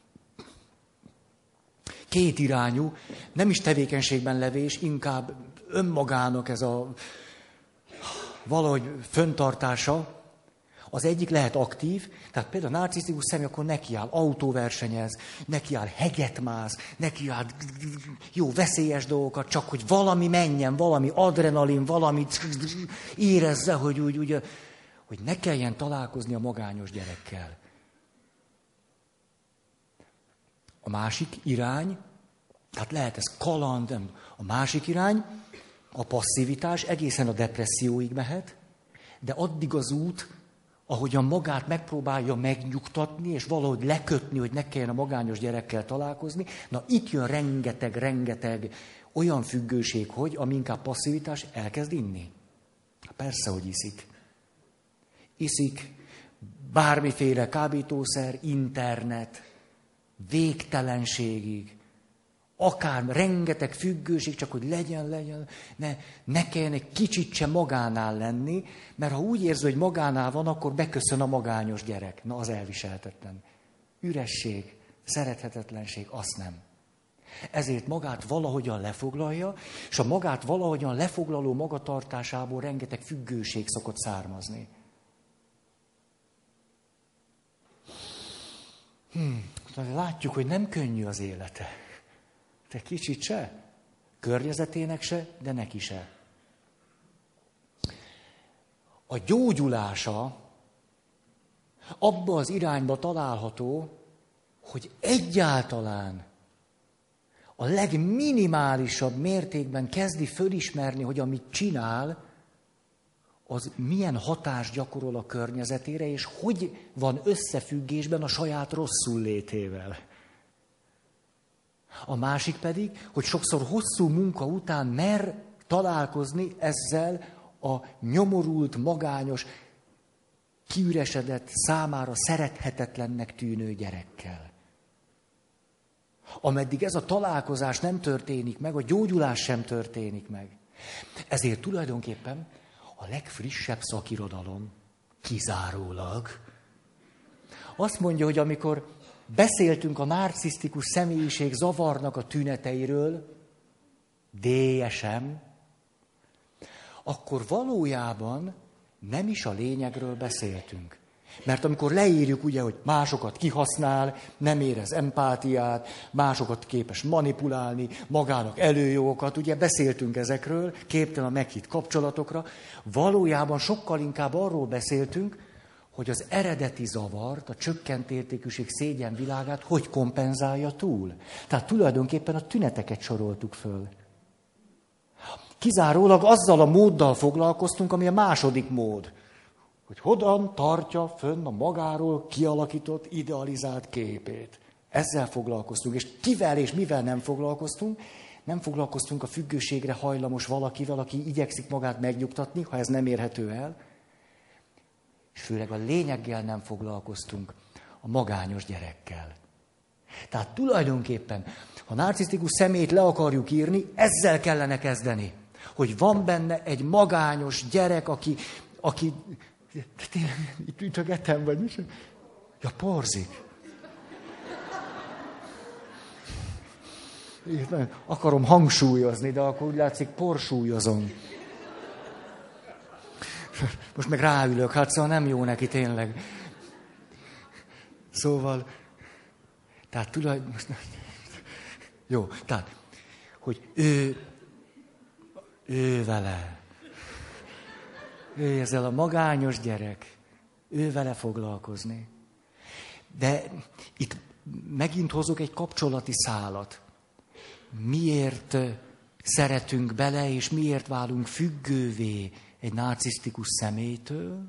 kétirányú, nem is tevékenységben levés, inkább önmagának ez a valahogy föntartása. Az egyik lehet aktív, tehát például a narcisztikus személy akkor nekiáll, autóversenyez, nekiáll, hegyet mász, nekiáll jó veszélyes dolgokat, csak hogy valami menjen, valami adrenalin, valamit érezze, hogy úgy, úgy, hogy ne kelljen találkozni a magányos gyerekkel. A másik irány, tehát lehet ez kaland, nem. A másik irány, a passzivitás egészen a depresszióig mehet, de addig az út, ahogyan magát megpróbálja megnyugtatni, és valahogy lekötni, hogy ne kelljen a magányos gyerekkel találkozni. Na itt jön rengeteg, rengeteg olyan függőség, hogy ami inkább passzivitás, elkezd inni. Persze, hogy iszik. Iszik bármiféle kábítószer, internet, végtelenségig. Akár rengeteg függőség, csak hogy legyen, legyen, ne, ne kelljen egy kicsit sem magánál lenni, mert ha úgy érzi, hogy magánál van, akkor beköszön a magányos gyerek. Na, az elviselhetetlen. Üresség, szerethetetlenség, azt nem. Ezért magát valahogyan lefoglalja, és a magát valahogyan lefoglaló magatartásából rengeteg függőség szokott származni. Hmm, látjuk, hogy nem könnyű az élete. Te kicsit se, környezetének se, de neki se. A gyógyulása abba az irányba található, hogy egyáltalán a legminimálisabb mértékben kezdi fölismerni, hogy amit csinál, az milyen hatást gyakorol a környezetére, és hogy van összefüggésben a saját rosszul létével. A másik pedig, hogy sokszor hosszú munka után mer találkozni ezzel a nyomorult, magányos, kiüresedett, számára szerethetetlennek tűnő gyerekkel. Ameddig ez a találkozás nem történik meg, a gyógyulás sem történik meg. Ezért tulajdonképpen a legfrissebb szakirodalom kizárólag azt mondja, hogy amikor beszéltünk a narcisztikus személyiség zavarnak a tüneteiről, dé es em, akkor valójában nem is a lényegről beszéltünk. Mert amikor leírjuk, ugye, hogy másokat kihasznál, nem érez empátiát, másokat képes manipulálni, magának előjogokat, ugye beszéltünk ezekről, képtelen a meghitt kapcsolatokra, valójában sokkal inkább arról beszéltünk, hogy az eredeti zavart, a csökkent értékűség szégyenvilágát hogy kompenzálja túl. Tehát tulajdonképpen a tüneteket soroltuk föl. Kizárólag azzal a móddal foglalkoztunk, ami a második mód. Hogy hogyan tartja fönn a magáról kialakított, idealizált képét. Ezzel foglalkoztunk, és kivel és mivel nem foglalkoztunk. Nem foglalkoztunk a függőségre hajlamos valakivel, aki igyekszik magát megnyugtatni, ha ez nem érhető el. És főleg a lényeggel nem foglalkoztunk, a magányos gyerekkel. Tehát tulajdonképpen, ha narcisztikus személyt le akarjuk írni, ezzel kellene kezdeni. Hogy van benne egy magányos gyerek, aki, aki tényleg, itt ütögetem, vagy mi? Ja, porzik. Akarom hangsúlyozni, de akkor úgy látszik, porsúlyozom. Most meg ráülök, hát szóval nem jó neki tényleg. Szóval, tehát tulajdonképpen... Jó, tehát, hogy ő, ő vele, ő ezzel a magányos gyerek, ő vele foglalkozni. De itt megint hozok egy kapcsolati szálat. Miért szeretünk bele, és miért válunk függővé egy narcisztikus személytől?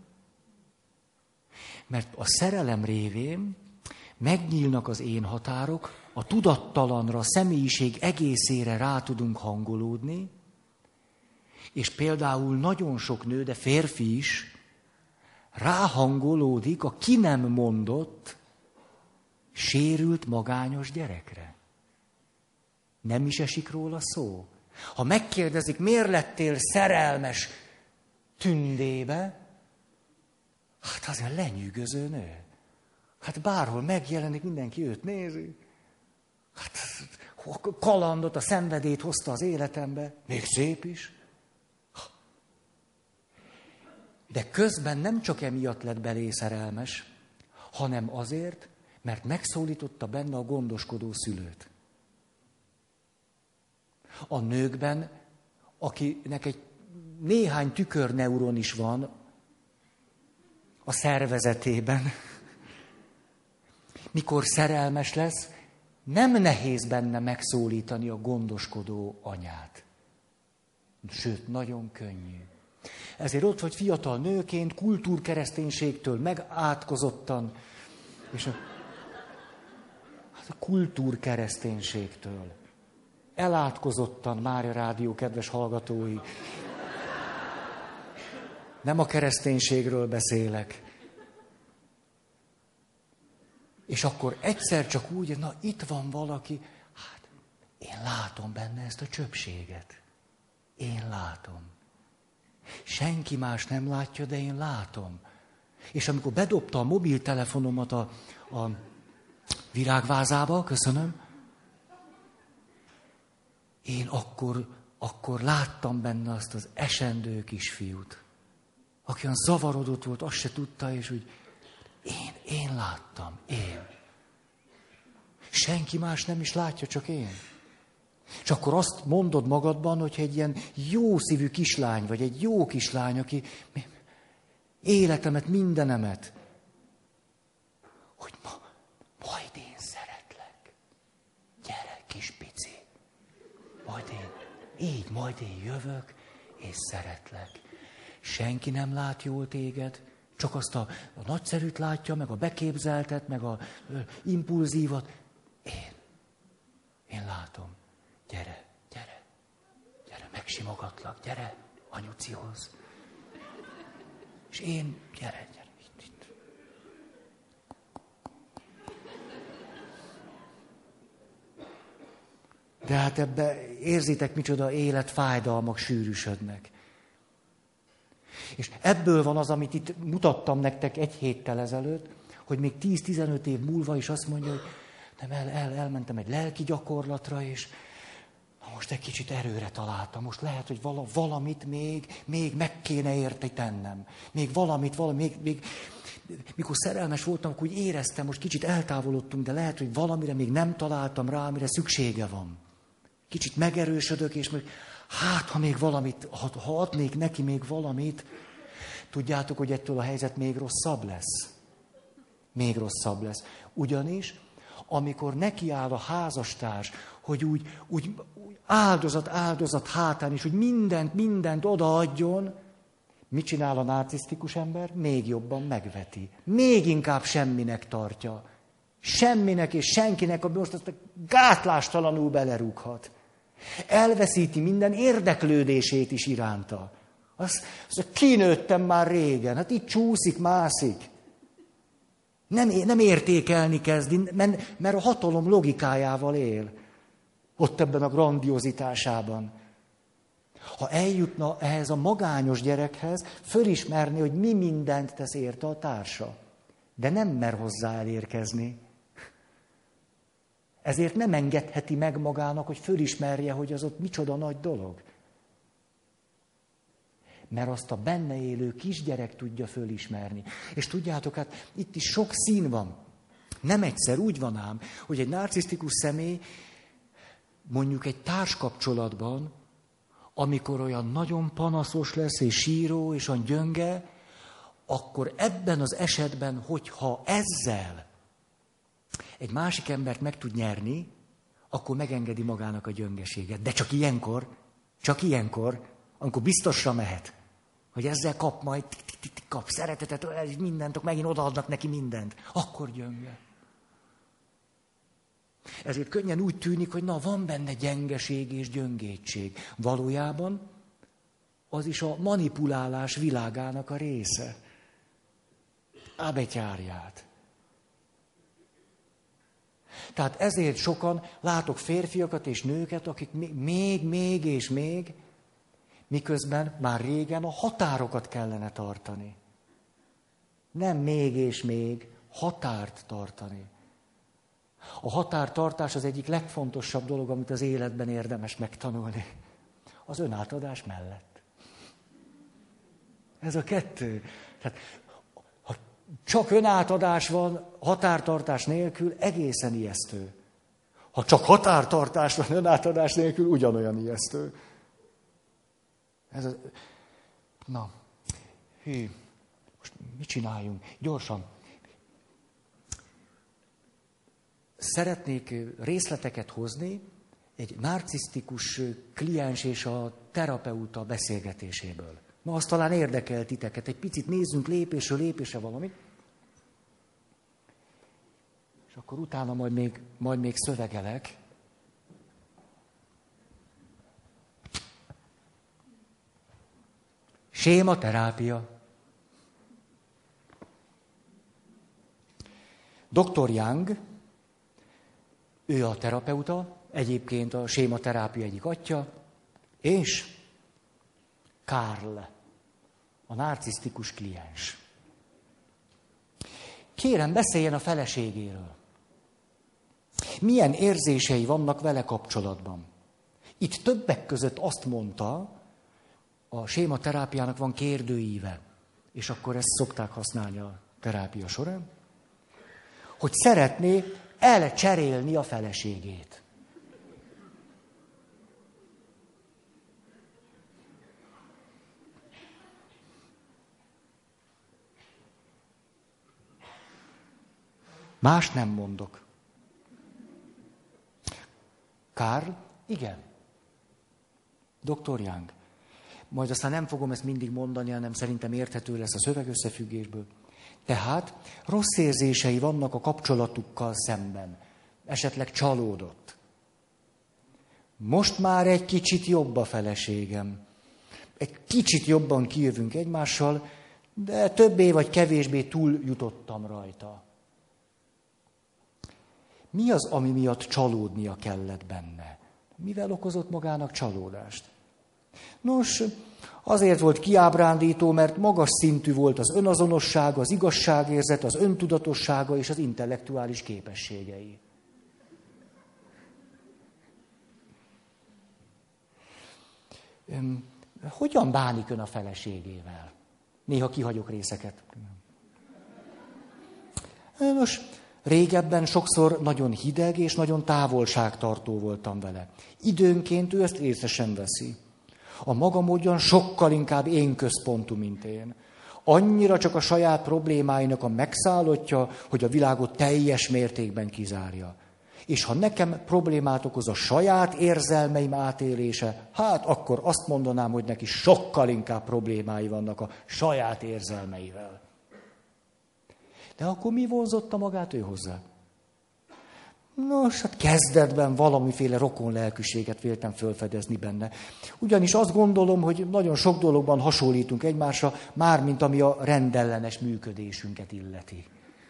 Mert a szerelem révén megnyílnak az én határok, a tudattalanra, a személyiség egészére rá tudunk hangolódni, és például nagyon sok nő, de férfi is ráhangolódik a ki nem mondott, sérült, magányos gyerekre. Nem is esik róla szó. Ha megkérdezik, miért lettél szerelmes Tündébe, hát azért lenyűgöző nő. Hát bárhol megjelenik, mindenki őt nézi. Hát a kalandot, a szenvedélyt hozta az életembe, még szép is. De közben nem csak emiatt lett belé szerelmes, hanem azért, mert megszólította benne a gondoskodó szülőt. A nőkben, akinek egy néhány tükörneuron is van a szervezetében, mikor szerelmes lesz, nem nehéz benne megszólítani a gondoskodó anyát. Sőt, nagyon könnyű. Ezért ott vagy fiatal nőként, kultúrkereszténységtől megátkozottan, és a, hát a kultúrkereszténységtől elátkozottan, Mária Rádió kedves hallgatói, nem a kereszténységről beszélek. És akkor egyszer csak úgy, na itt van valaki, hát én látom benne ezt a csöpséget. Én látom. Senki más nem látja, de én látom. És amikor bedobta a mobiltelefonomat a, a virágvázába, köszönöm, én akkor, akkor láttam benne azt az esendő kisfiút, aki olyan zavarodott volt, azt se tudta, és úgy, én, én láttam, én. Senki más nem is látja, csak én. És akkor azt mondod magadban, hogyha egy ilyen jó szívű kislány, vagy egy jó kislány, aki életemet, mindenemet, hogy ma, majd én szeretlek. Gyere, kis pici. Majd én, így, majd én jövök, és szeretlek. Senki nem lát jól téged, csak azt a, a nagyszerűt látja, meg a beképzeltet, meg a ö, impulzívat. Én, én látom. Gyere, gyere, gyere, megsimogatlak, gyere anyucihoz. És én, gyere, gyere, itt, itt. De hát ebbe érzitek, micsoda életfájdalmak sűrűsödnek. És ebből van az, amit itt mutattam nektek egy héttel ezelőtt, hogy még tíz-tizenöt év múlva is azt mondja, hogy nem, el, el, elmentem egy lelki gyakorlatra, és na most egy kicsit erőre találtam. Most lehet, hogy vala, valamit még, még meg kéne érte tennem. Még valamit, valami, még, még... Mikor szerelmes voltam, akkor úgy éreztem, most kicsit eltávolodtunk, de lehet, hogy valamire még nem találtam rá, amire szüksége van. Kicsit megerősödök, és még, hát, ha még valamit, ha, ha adnék neki még valamit, tudjátok, hogy ettől a helyzet még rosszabb lesz. Még rosszabb lesz. Ugyanis, amikor nekiáll a házastárs, hogy úgy, úgy, úgy áldozat, áldozat hátán is, hogy mindent, mindent odaadjon, mit csinál a narcisztikus ember? Még jobban megveti. Még inkább semminek tartja. Semminek és senkinek, ami most azt gátlástalanul belerúghat. Elveszíti minden érdeklődését is iránta. Azt, azt kinőttem már régen, hát itt csúszik, mászik. Nem, nem értékelni kezdi, mert, mert a hatalom logikájával él. Ott ebben a grandiozitásában. Ha eljutna ehhez a magányos gyerekhez, fölismerni, hogy mi mindent tesz érte a társa. De nem mer hozzá elérkezni. Ezért nem engedheti meg magának, hogy fölismerje, hogy az ott micsoda nagy dolog. Mert azt a benne élő kisgyerek tudja fölismerni. És tudjátok, hát itt is sok szín van. Nem egyszer úgy van ám, hogy egy narcisztikus személy mondjuk egy társkapcsolatban, amikor olyan nagyon panaszos lesz, és síró, és olyan gyönge, akkor ebben az esetben, hogyha ezzel egy másik embert meg tud nyerni, akkor megengedi magának a gyöngeséget. De csak ilyenkor, csak ilyenkor, amikor biztosra mehet, hogy ezzel kap majd, kap szeretetet, mindent, megint odaadnak neki mindent, akkor gyönge. Ezért könnyen úgy tűnik, hogy na, van benne gyengeség és gyöngétség. Valójában az is a manipulálás világának a része. A betyárját. Tehát ezért sokan látok férfiakat és nőket, akik még, még és még, miközben már régen a határokat kellene tartani. Nem még és még, határt tartani. A határtartás az egyik legfontosabb dolog, amit az életben érdemes megtanulni. Az önátadás mellett. Ez a kettő. Tehát, ha csak önátadás van, határtartás nélkül, egészen ijesztő. Ha csak határtartás van önátadás nélkül, ugyanolyan ijesztő. Ez a... Na, hű, most mit csináljunk? Gyorsan. Szeretnék részleteket hozni egy narcisztikus kliens és a terapeuta beszélgetéséből. Na, azt talán érdekel titeket. Egy picit nézzünk lépésről lépésre valamit. És akkor utána majd még, majd még szövegelek. Sématerápia. doktor Jung, ő a terapeuta, egyébként a sématerápia egyik atya, és Karl, a narcisztikus kliens. Kérem, beszéljen a feleségéről. Milyen érzései vannak vele kapcsolatban? Itt többek között azt mondta, a sématerápiának van kérdőíve, és akkor ezt szokták használni a terápia során, hogy szeretné elcserélni a feleségét. Más nem mondok. Karl? Igen. doktor Jung. Majd aztán nem fogom ezt mindig mondani, hanem szerintem érthető lesz a szövegösszefüggésből. Tehát rossz érzései vannak a kapcsolatukkal szemben. Esetleg csalódott. Most már egy kicsit jobb a feleségem. Egy kicsit jobban kijövünk egymással, de többé vagy kevésbé túl jutottam rajta. Mi az, ami miatt csalódnia kellett benne? Mivel okozott magának csalódást? Nos, azért volt kiábrándító, mert magas szintű volt az önazonossága, az igazságérzet, az öntudatossága és az intellektuális képességei. Hogyan bánik ön a feleségével? Néha kihagyok részeket. Nos, régebben sokszor nagyon hideg és nagyon távolságtartó voltam vele. Időnként ő ezt észre sem veszi. A maga módjan sokkal inkább én központú, mint én. Annyira csak a saját problémáinak a megszállottja, hogy a világot teljes mértékben kizárja. És ha nekem problémát okoz a saját érzelmeim átélése, hát akkor azt mondanám, hogy neki sokkal inkább problémái vannak a saját érzelmeivel. De akkor mi vonzotta magát ő hozzá? Nos, hát kezdetben valamiféle rokon lelkűséget véltem felfedezni benne. Ugyanis azt gondolom, hogy nagyon sok dologban hasonlítunk egymásra, mármint ami a rendellenes működésünket illeti.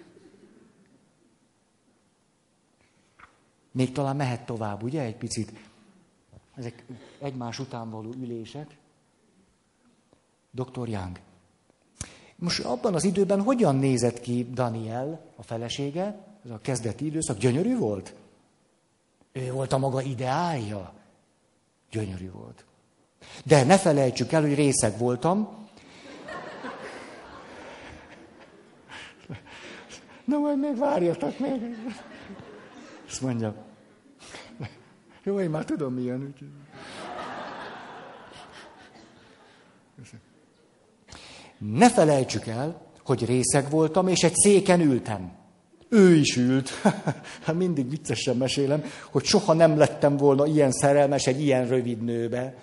Még talán mehet tovább, ugye, egy picit. Ezek egymás után való ülések. doktor Jung. Most abban az időben hogyan nézett ki Daniel, a felesége? Ez a kezdeti időszak gyönyörű volt? Ő volt a maga ideálja. Gyönyörű volt. De ne felejtsük el, hogy részeg voltam. Na majd még várjatok még. Azt mondja. Jó, én már tudom milyen. Ne felejtsük el, hogy részeg voltam, és egy széken ültem. Ő is ült. Hát mindig viccesen mesélem, hogy soha nem lettem volna ilyen szerelmes egy ilyen rövid nőbe.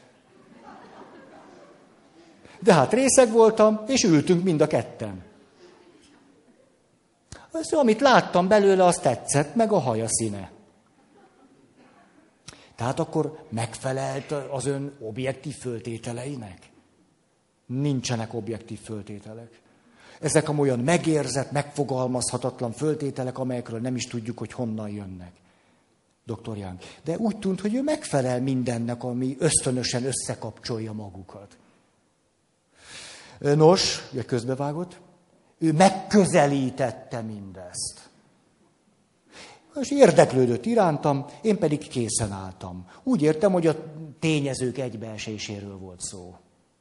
De hát részeg voltam, és ültünk mind a ketten. Az, amit láttam belőle, az tetszett, meg a haja színe. Tehát akkor megfelelt az ön objektív föltételeinek? Nincsenek objektív föltételek. Ezek olyan megérzett, megfogalmazhatatlan föltételek, amelyekről nem is tudjuk, hogy honnan jönnek. doktor Young. De úgy tűnt, hogy ő megfelel mindennek, ami ösztönösen összekapcsolja magukat. Nos, ugye közbevágott, ő megközelítette mindezt. És érdeklődött irántam, én pedig készen álltam. Úgy értem, hogy a tényezők egybeeséséről volt szó.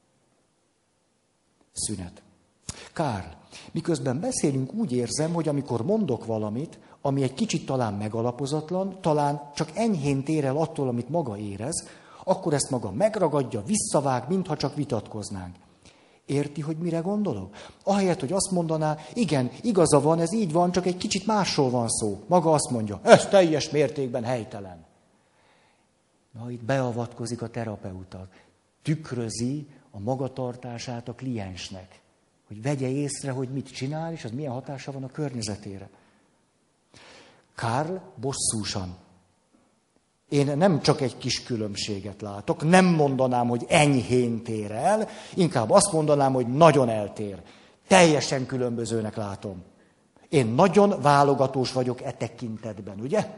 Szünet. Karl, miközben beszélünk, úgy érzem, hogy amikor mondok valamit, ami egy kicsit talán megalapozatlan, talán csak enyhén tér el attól, amit maga érez, akkor ezt maga megragadja, visszavág, mintha csak vitatkoznánk. Érti, hogy mire gondolok? Ahelyett, hogy azt mondaná, igen, igaza van, ez így van, csak egy kicsit másról van szó. Maga azt mondja, ez teljes mértékben helytelen. Na, itt beavatkozik a terapeuta. Tükrözi a magatartását a kliensnek. Hogy vegye észre, hogy mit csinál, és az milyen hatása van a környezetére. Karl bosszúsan. Én nem csak egy kis különbséget látok, nem mondanám, hogy enyhén tér el, inkább azt mondanám, hogy nagyon eltér. Teljesen különbözőnek látom. Én nagyon válogatós vagyok e tekintetben, ugye?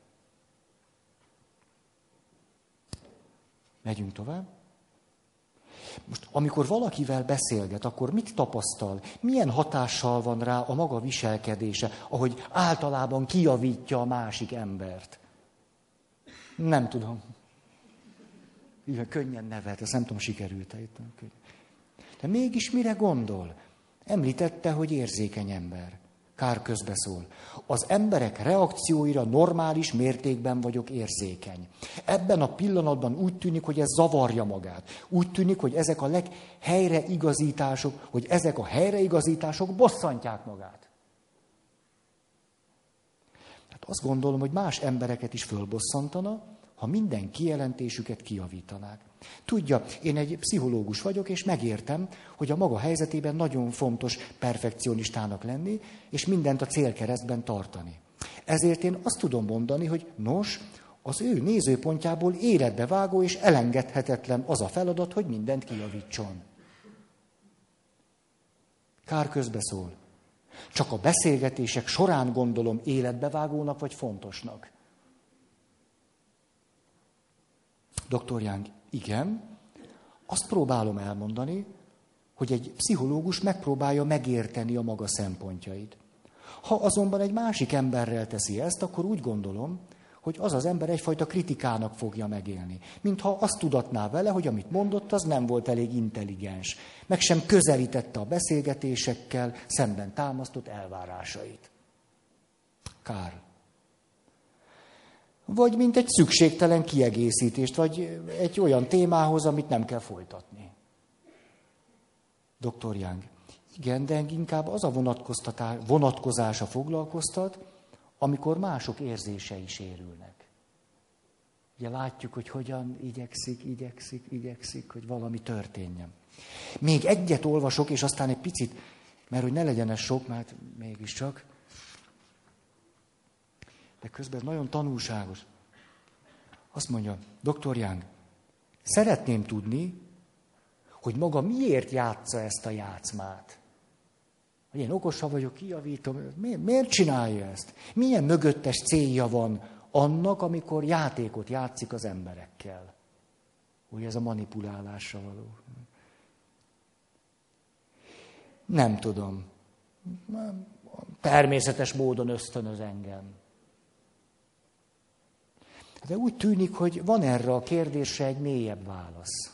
Megyünk tovább. Most, amikor valakivel beszélget, akkor mit tapasztal? Milyen hatással van rá a maga viselkedése, ahogy általában kijavítja a másik embert? Nem tudom. Igen, könnyen nevet, ezt nem tudom, sikerült-e itt. De mégis mire gondol? Említette, hogy érzékeny ember. Kár közbeszól. Az emberek reakcióira normális mértékben vagyok érzékeny. Ebben a pillanatban úgy tűnik, hogy ez zavarja magát. Úgy tűnik, hogy ezek a leghelyreigazítások, hogy ezek a helyreigazítások bosszantják magát. Tehát azt gondolom, hogy más embereket is fölbosszantana, ha minden kijelentésüket kijavítanák. Tudja, én egy pszichológus vagyok, és megértem, hogy a maga helyzetében nagyon fontos perfekcionistának lenni, és mindent a célkeresztben tartani. Ezért én azt tudom mondani, hogy nos, az ő nézőpontjából életbevágó és elengedhetetlen az a feladat, hogy mindent kijavítson. Kár közbeszól. Csak a beszélgetések során gondolom életbevágónak vagy fontosnak. doktor Young, igen, azt próbálom elmondani, hogy egy pszichológus megpróbálja megérteni a maga szempontjait. Ha azonban egy másik emberrel teszi ezt, akkor úgy gondolom, hogy az az ember egyfajta kritikának fogja megélni. Mintha azt tudatná vele, hogy amit mondott, az nem volt elég intelligens. Meg sem közelítette a beszélgetésekkel szemben támasztott elvárásait. Kár. Vagy mint egy szükségtelen kiegészítést, vagy egy olyan témához, amit nem kell folytatni. doktor Young. Igen, de inkább az a vonatkozása foglalkoztat, amikor mások érzései sérülnek. Ugye látjuk, hogy hogyan igyekszik, igyekszik, igyekszik, hogy valami történjen. Még egyet olvasok, és aztán egy picit, mert hogy ne legyen ez sok, mert mégiscsak. De közben nagyon tanulságos. Azt mondja, doktor Young, szeretném tudni, hogy maga miért játsza ezt a játszmát. Hogy én okosabb vagyok, kijavítom. Miért, miért csinálja ezt? Milyen mögöttes célja van annak, amikor játékot játszik az emberekkel? Hogy ez a manipulálásra való. Nem tudom. Természetes módon ösztönöz engem. De úgy tűnik, hogy van erre a kérdésre egy mélyebb válasz.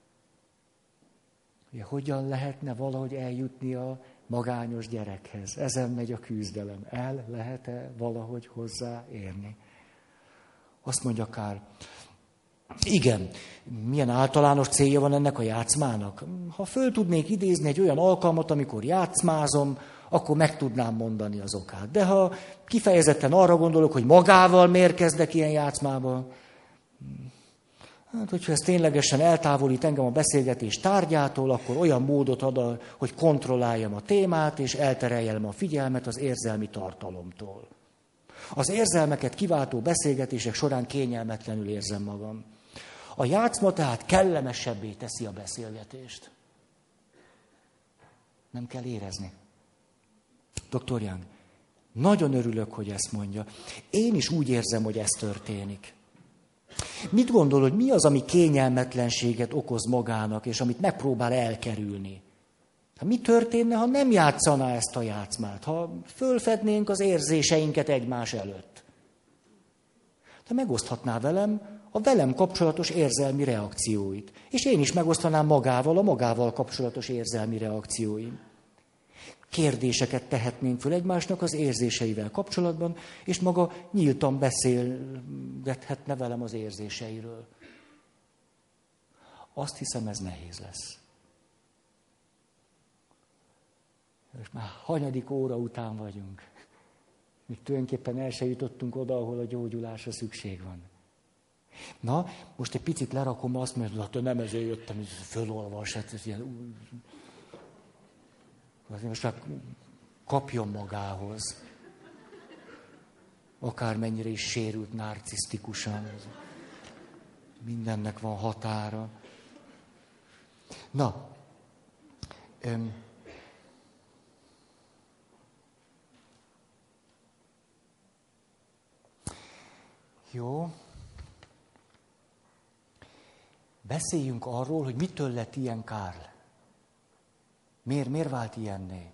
Hogy hogyan lehetne valahogy eljutni a magányos gyerekhez. Ezen megy a küzdelem. El lehet-e valahogy hozzáérni? Azt mondja Kár. Igen, milyen általános célja van ennek a játszmának? Ha föl tudnék idézni egy olyan alkalmat, amikor játszmázom, akkor meg tudnám mondani az okát. De ha kifejezetten arra gondolok, hogy magával miért kezdek ilyen játszmába, hát hogyha ez ténylegesen eltávolít engem a beszélgetés tárgyától, akkor olyan módot ad, hogy kontrolláljam a témát, és eltereljem a figyelmet az érzelmi tartalomtól. Az érzelmeket kiváltó beszélgetések során kényelmetlenül érzem magam. A játszma tehát kellemesebbé teszi a beszélgetést. Nem kell érezni. doktor Young, nagyon örülök, hogy ezt mondja. Én is úgy érzem, hogy ez történik. Mit gondol, hogy mi az, ami kényelmetlenséget okoz magának, és amit megpróbál elkerülni? Hát mi történne, ha nem játszaná ezt a játszmát? Ha fölfednénk az érzéseinket egymás előtt? De megoszthatná velem a velem kapcsolatos érzelmi reakcióit. És én is megosztanám magával a magával kapcsolatos érzelmi reakcióim. Kérdéseket tehetnénk föl egymásnak az érzéseivel kapcsolatban, és maga nyíltan beszélgethetne velem az érzéseiről. Azt hiszem, ez nehéz lesz. És már hanyadik óra után vagyunk. Még tulajdonképpen el se jutottunk oda, ahol a gyógyulásra szükség van. Na, most egy picit lerakom azt, mert hát nem ezért jöttem, hogy fölolvas, hát ez ilyen... Most már kapjon magához. Akármennyire is sérült narcisztikusan. Mindennek van határa. Na. Öm, jó. Beszéljünk arról, hogy mitől lett ilyen Karl. Miért, miért vált ilyenné?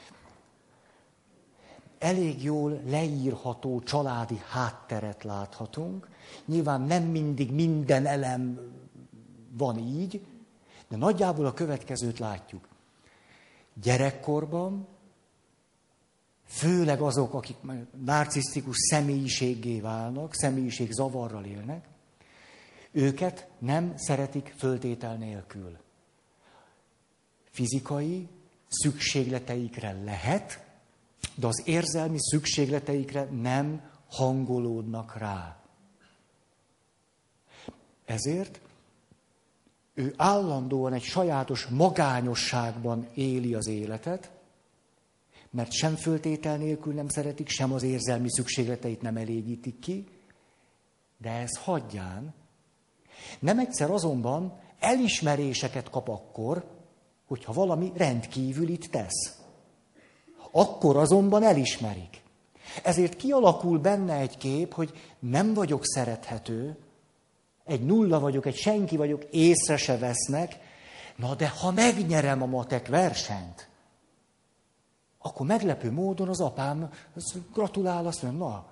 Elég jól leírható családi hátteret láthatunk. Nyilván nem mindig minden elem van így, de nagyjából a következőt látjuk. Gyerekkorban, főleg azok, akik narcisztikus személyiséggé válnak, személyiségzavarral élnek, őket nem szeretik föltétel nélkül. Fizikai szükségleteikre lehet, de az érzelmi szükségleteikre nem hangolódnak rá. Ezért ő állandóan egy sajátos magányosságban éli az életet, mert sem föltétel nélkül nem szeretik, sem az érzelmi szükségleteit nem elégítik ki, de ez hagyján. Nem egyszer azonban elismeréseket kap akkor, hogyha valami rendkívülit tesz. Akkor azonban elismerik. Ezért kialakul benne egy kép, hogy nem vagyok szerethető, egy nulla vagyok, egy senki vagyok, észre se vesznek, na de ha megnyerem a matek versenyt, akkor meglepő módon az apám gratulál, azt mondja, na.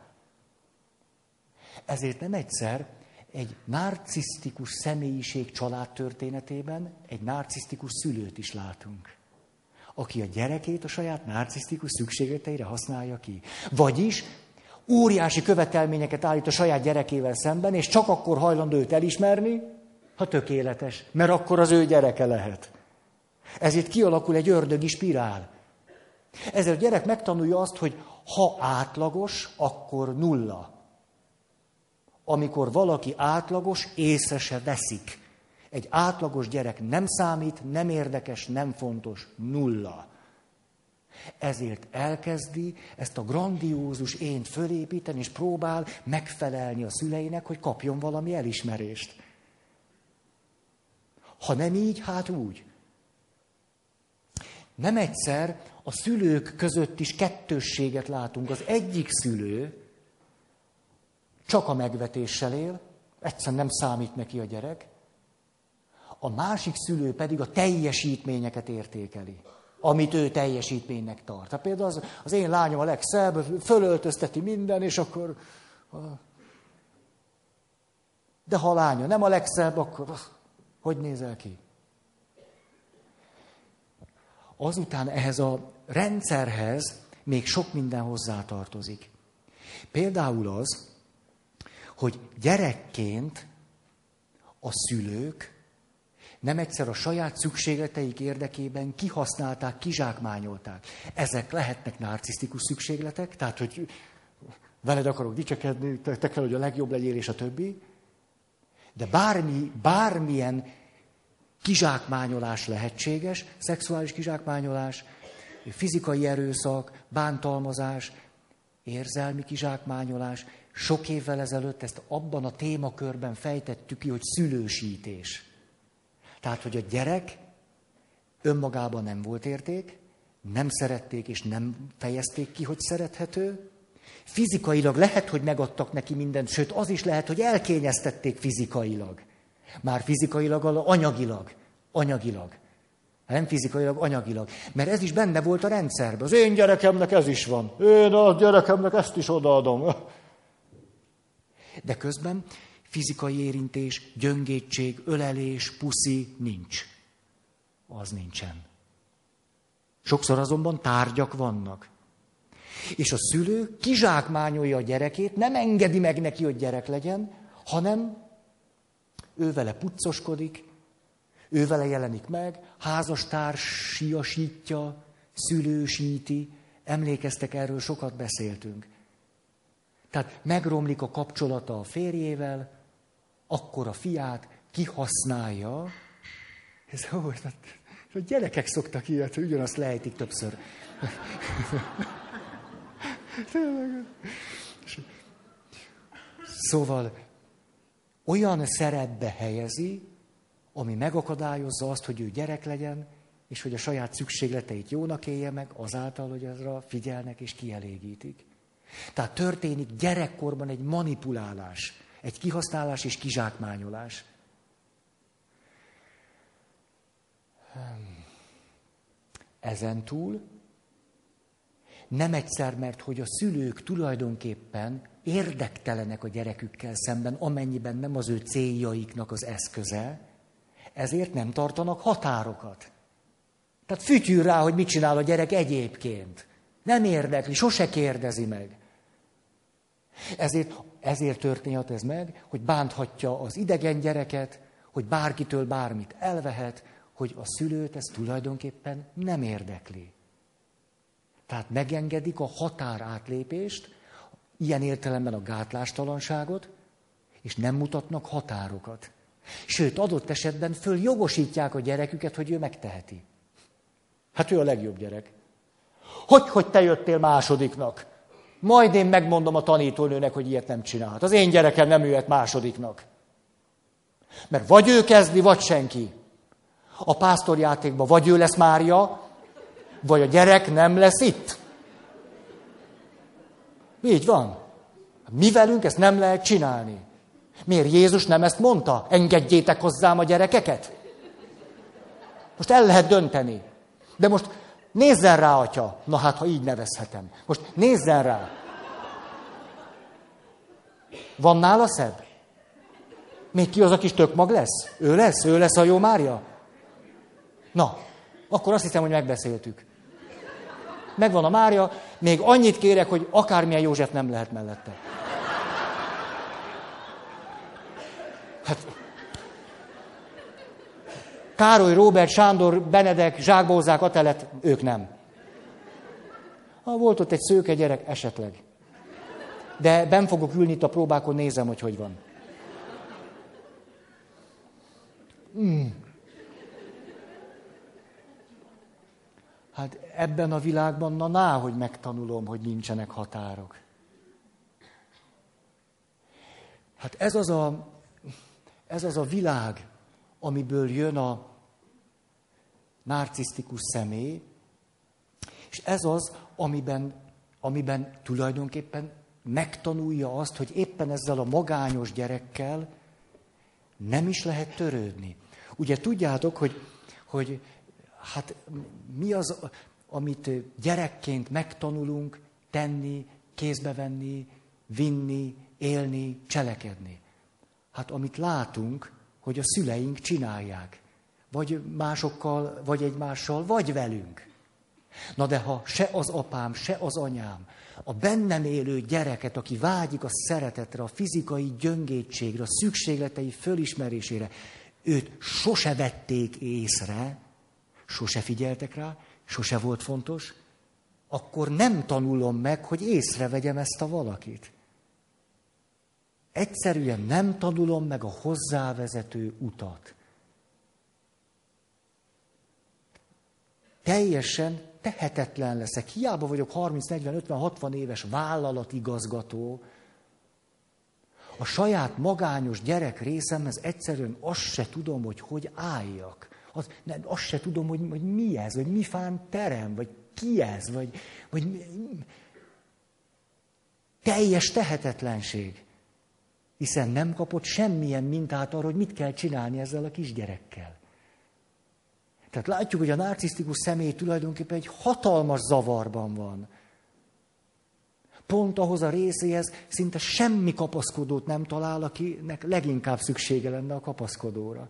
Ezért nem egyszer egy narcisztikus személyiség családtörténetében egy narcisztikus szülőt is látunk, aki a gyerekét a saját narcisztikus szükségleteire használja ki. Vagyis óriási követelményeket állít a saját gyerekével szemben, és csak akkor hajlandó őt elismerni, ha tökéletes, mert akkor az ő gyereke lehet. Ezért kialakul egy ördögi spirál. Ezért a gyerek megtanulja azt, hogy ha átlagos, akkor nulla. Amikor valaki átlagos, észre se veszik. Egy átlagos gyerek nem számít, nem érdekes, nem fontos, nulla. Ezért elkezdi ezt a grandiózus ént fölépíteni, és próbál megfelelni a szüleinek, hogy kapjon valami elismerést. Ha nem így, hát úgy. Nem egyszer a szülők között is kettősséget látunk. Az egyik szülő csak a megvetéssel él, egyszerűen nem számít neki a gyerek. A másik szülő pedig a teljesítményeket értékeli, amit ő teljesítménynek tart. Tehát például az, az én lányom a legszebb, fölöltözteti minden, és akkor... De ha a lánya nem a legszebb, akkor hogy nézel ki? Azután ehhez a rendszerhez még sok minden hozzátartozik. Például az, hogy gyerekként a szülők nem egyszer a saját szükségleteik érdekében kihasználták, kizsákmányolták. Ezek lehetnek narcisztikus szükségletek, tehát, hogy veled akarok dicsekedni, te kell, hogy a legjobb legyél, és a többi. De bármi, bármilyen kizsákmányolás lehetséges, szexuális kizsákmányolás, fizikai erőszak, bántalmazás, érzelmi kizsákmányolás. Sok évvel ezelőtt ezt abban a témakörben fejtettük ki, hogy szülősítés. Tehát, hogy a gyerek önmagában nem volt érték, nem szerették és nem fejezték ki, hogy szerethető. Fizikailag lehet, hogy megadtak neki mindent, sőt, az is lehet, hogy elkényeztették fizikailag. Már fizikailag, anyagilag. Anyagilag. Nem fizikailag, anyagilag. Mert ez is benne volt a rendszerben. Az én gyerekemnek ez is van. Én a gyerekemnek ezt is odaadom. De közben fizikai érintés, gyöngétség, ölelés, puszi nincs. Az nincsen. Sokszor azonban tárgyak vannak. És a szülő kizsákmányolja a gyerekét, nem engedi meg neki, hogy gyerek legyen, hanem ő vele puccoskodik, ő vele jelenik meg, házastársiasítja, szülősíti. Emlékeztek, erről sokat beszéltünk. Tehát megromlik a kapcsolata a férjével, akkor a fiát kihasználja. Ez, ó, a gyerekek szoktak ilyet, hogy ugyanazt lejtik többször. Szóval olyan szerepbe helyezi, ami megakadályozza azt, hogy ő gyerek legyen, és hogy a saját szükségleteit jónak élje meg, azáltal, hogy azra figyelnek és kielégítik. Tehát történik gyerekkorban egy manipulálás, egy kihasználás és kizsákmányolás. Ezen túl nem egyszer, mert hogy a szülők tulajdonképpen érdektelenek a gyerekükkel szemben, amennyiben nem az ő céljaiknak az eszköze, ezért nem tartanak határokat. Tehát fütyül rá, hogy mit csinál a gyerek egyébként. Nem érdekli, sose kérdezi meg. Ezért, ezért történhet ez meg, hogy bánthatja az idegen gyereket, hogy bárkitől bármit elvehet, hogy a szülőt ez tulajdonképpen nem érdekli. Tehát megengedik a határátlépést, ilyen értelemben a gátlástalanságot, és nem mutatnak határokat. Sőt, adott esetben följogosítják a gyereküket, hogy ő megteheti. Hát ő a legjobb gyerek. Hogy, hogy te jöttél másodiknak? Majd én megmondom a tanítónőnek, hogy ilyet nem csinálhat. Az én gyerekem nem jöhet másodiknak. Mert vagy ő kezdi, vagy senki. A pásztorjátékban vagy ő lesz Mária, vagy a gyerek nem lesz itt. Így van. Mi velünk ezt nem lehet csinálni. Miért Jézus nem ezt mondta? Engedjétek hozzám a gyerekeket. Most el lehet dönteni. De most nézzen rá, atya. Na hát, ha így nevezhetem. Most nézzen rá. Van nála szebb? Még ki az a kis tökmag lesz? Ő lesz? Ő lesz a jó Mária? Na, akkor azt hiszem, hogy megbeszéltük. Megvan a Mária, még annyit kérek, hogy akármilyen József nem lehet mellette. Hát, Károly, Róbert, Sándor, Benedek, Zsákbózák, Atelet, ők nem. Ha volt ott egy szőke gyerek, esetleg. De benn fogok ülni itt a próbákon, nézem, hogy hogy van. Hmm. Hát ebben a világban, na ná, hogy megtanulom, hogy nincsenek határok. Hát ez az a, ez az a világ, amiből jön a narcisztikus személy, és ez az, amiben, amiben tulajdonképpen megtanulja azt, hogy éppen ezzel a magányos gyerekkel nem is lehet törődni. Ugye tudjátok, hogy, hogy hát mi az, amit gyerekként megtanulunk tenni, kézbe venni, vinni, élni, cselekedni? Hát amit látunk, hogy a szüleink csinálják. Vagy másokkal, vagy egymással, vagy velünk. Na de ha se az apám, se az anyám, a bennem élő gyereket, aki vágyik a szeretetre, a fizikai gyöngétségre, a szükségletei fölismerésére, őt sose vették észre, sose figyeltek rá, sose volt fontos, akkor nem tanulom meg, hogy észrevegyem ezt a valakit. Egyszerűen nem tanulom meg a hozzávezető utat. Teljesen tehetetlen leszek. Hiába vagyok harminc, negyven, ötven, hatvan éves vállalatigazgató. A saját magányos gyerek részemhez egyszerűen azt se tudom, hogy hogy álljak. Az, nem, azt se tudom, hogy, hogy mi ez, vagy mi fán terem, vagy ki ez, vagy, vagy teljes tehetetlenség. Hiszen nem kapott semmilyen mintát arra, hogy mit kell csinálni ezzel a kisgyerekkel. Tehát látjuk, hogy a narcisztikus személy tulajdonképpen egy hatalmas zavarban van. Pont ahhoz a részéhez szinte semmi kapaszkodót nem talál, akinek leginkább szüksége lenne a kapaszkodóra.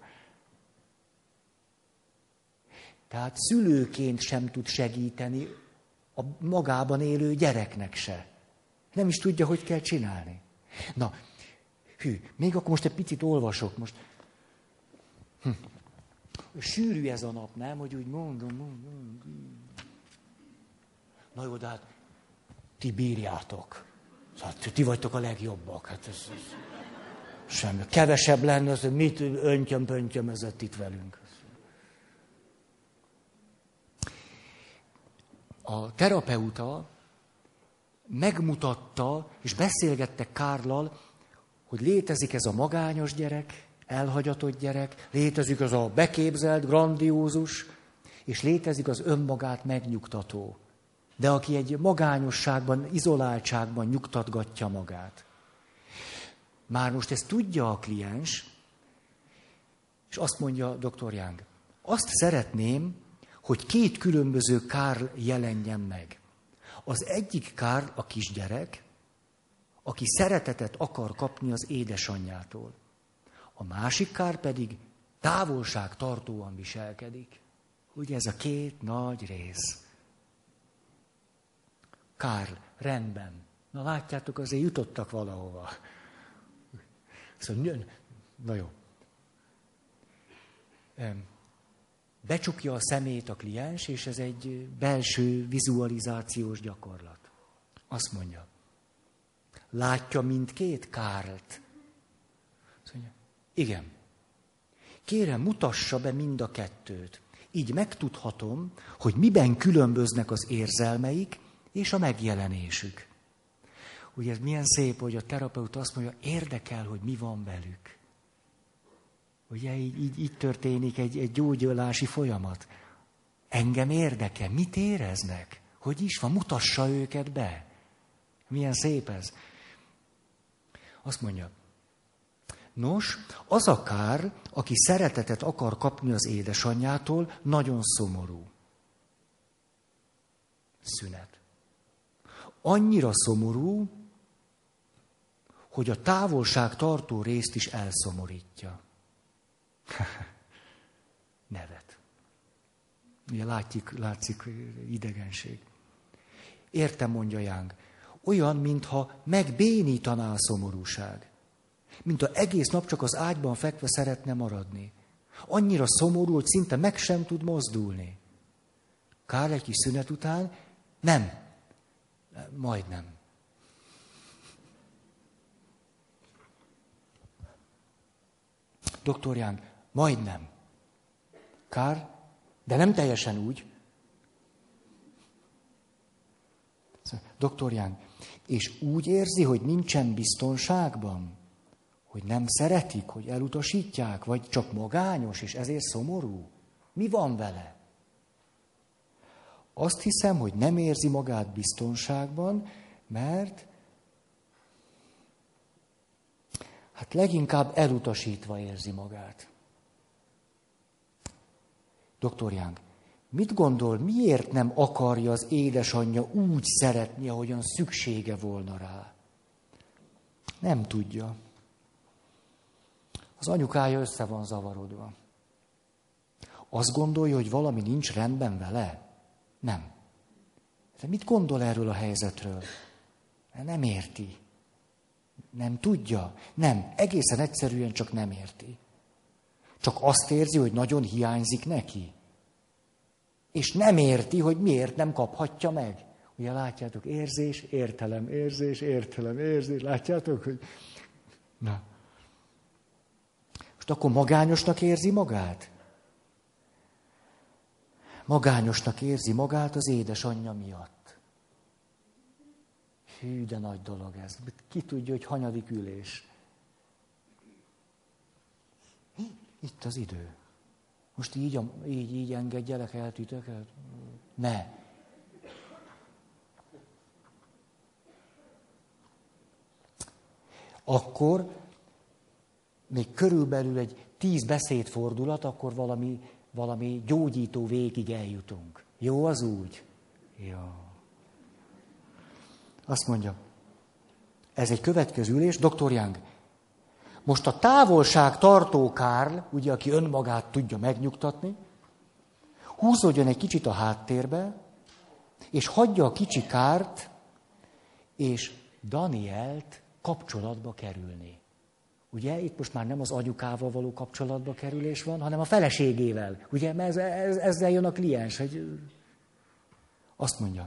Tehát szülőként sem tud segíteni a magában élő gyereknek se. Nem is tudja, hogy kell csinálni. Na, hű, még akkor most egy picit olvasok. Most. Hm. Sűrű ez a nap, nem? Hogy úgy mondom, mondom. Na jó, de hát ti bírjátok. Hát, ti vagytok a legjobbak. Hát ez, ez semmi. Kevesebb lenne, az, mit öntyöm-pöntyömözött itt velünk. A terapeuta megmutatta, és beszélgettek Karllal, hogy létezik ez a magányos gyerek, elhagyatott gyerek, létezik az a beképzelt, grandiózus, és létezik az önmagát megnyugtató. De aki egy magányosságban, izoláltságban nyugtatgatja magát. Már most ezt tudja a kliens, és azt mondja doktor Young, azt szeretném, hogy két különböző Karl jelenjen meg. Az egyik Karl a kisgyerek, aki szeretetet akar kapni az édesanyjától. A másik Karl pedig távolságtartóan viselkedik. Ugye ez a két nagy rész. Karl, rendben. Na látjátok, azért jutottak valahova. Szóval, na jó. Becsukja a szemét a kliens, és ez egy belső vizualizációs gyakorlat. Azt mondja, látja mindkét Karlt? Azt mondja, igen. Kérem, mutassa be mind a kettőt. Így megtudhatom, hogy miben különböznek az érzelmeik és a megjelenésük. Ugye ez milyen szép, hogy a terapeuta azt mondja, érdekel, hogy mi van velük. Ugye így, így, így történik egy, egy gyógyulási folyamat. Engem érdekel, mit éreznek? Hogy is van, mutassa őket be. Milyen szép ez. Azt mondja, nos, az a Karl, aki szeretetet akar kapni az édesanyjától, nagyon szomorú. Szünet. Annyira szomorú, hogy a távolságtartó részt is elszomorítja. Nevet. Ugye látjuk, látszik idegenség. Értem, mondja Young. Olyan, mintha megbénítaná a szomorúság. Mint ha egész nap csak az ágyban fekve szeretne maradni. Annyira szomorú, hogy szinte meg sem tud mozdulni. Karl egy kis szünet után, nem, majdnem. doktor Young, majdnem. Karl, de nem teljesen úgy. doktor Young, és úgy érzi, hogy nincsen biztonságban? Hogy nem szeretik, hogy elutasítják, vagy csak magányos, és ezért szomorú? Mi van vele? Azt hiszem, hogy nem érzi magát biztonságban, mert hát leginkább elutasítva érzi magát. doktor Young, mit gondol, miért nem akarja az édesanyja úgy szeretni, ahogyan szüksége volna rá? Nem tudja. Az anyukája össze van zavarodva. Azt gondolja, hogy valami nincs rendben vele? Nem. De mit gondol erről a helyzetről? Nem érti. Nem tudja. Nem. Egészen egyszerűen csak nem érti. Csak azt érzi, hogy nagyon hiányzik neki. És nem érti, hogy miért nem kaphatja meg. Ugye látjátok, érzés, értelem, érzés, értelem, érzés. Látjátok, hogy... Na. Most akkor magányosnak érzi magát? Magányosnak érzi magát az édesanyja miatt. Hű, de nagy dolog ez. Ki tudja, hogy hanyadik ülés. Itt az idő. Most így, így, így engedjelek el titeket? Ne. Akkor még körülbelül egy tíz beszédfordulat, akkor valami, valami gyógyító végig eljutunk. Jó az úgy? Jó. Azt mondja, ez egy következő ülés, doktor Young. Most a távolságtartó Karl, ugye, aki önmagát tudja megnyugtatni, húzódjon egy kicsit a háttérbe, és hagyja a kicsi Karlt és Danielt kapcsolatba kerülni. Ugye, itt most már nem az anyukával való kapcsolatba kerülés van, hanem a feleségével. Ugye, mert ez, ez, ezzel jön a kliens, hogy azt mondja.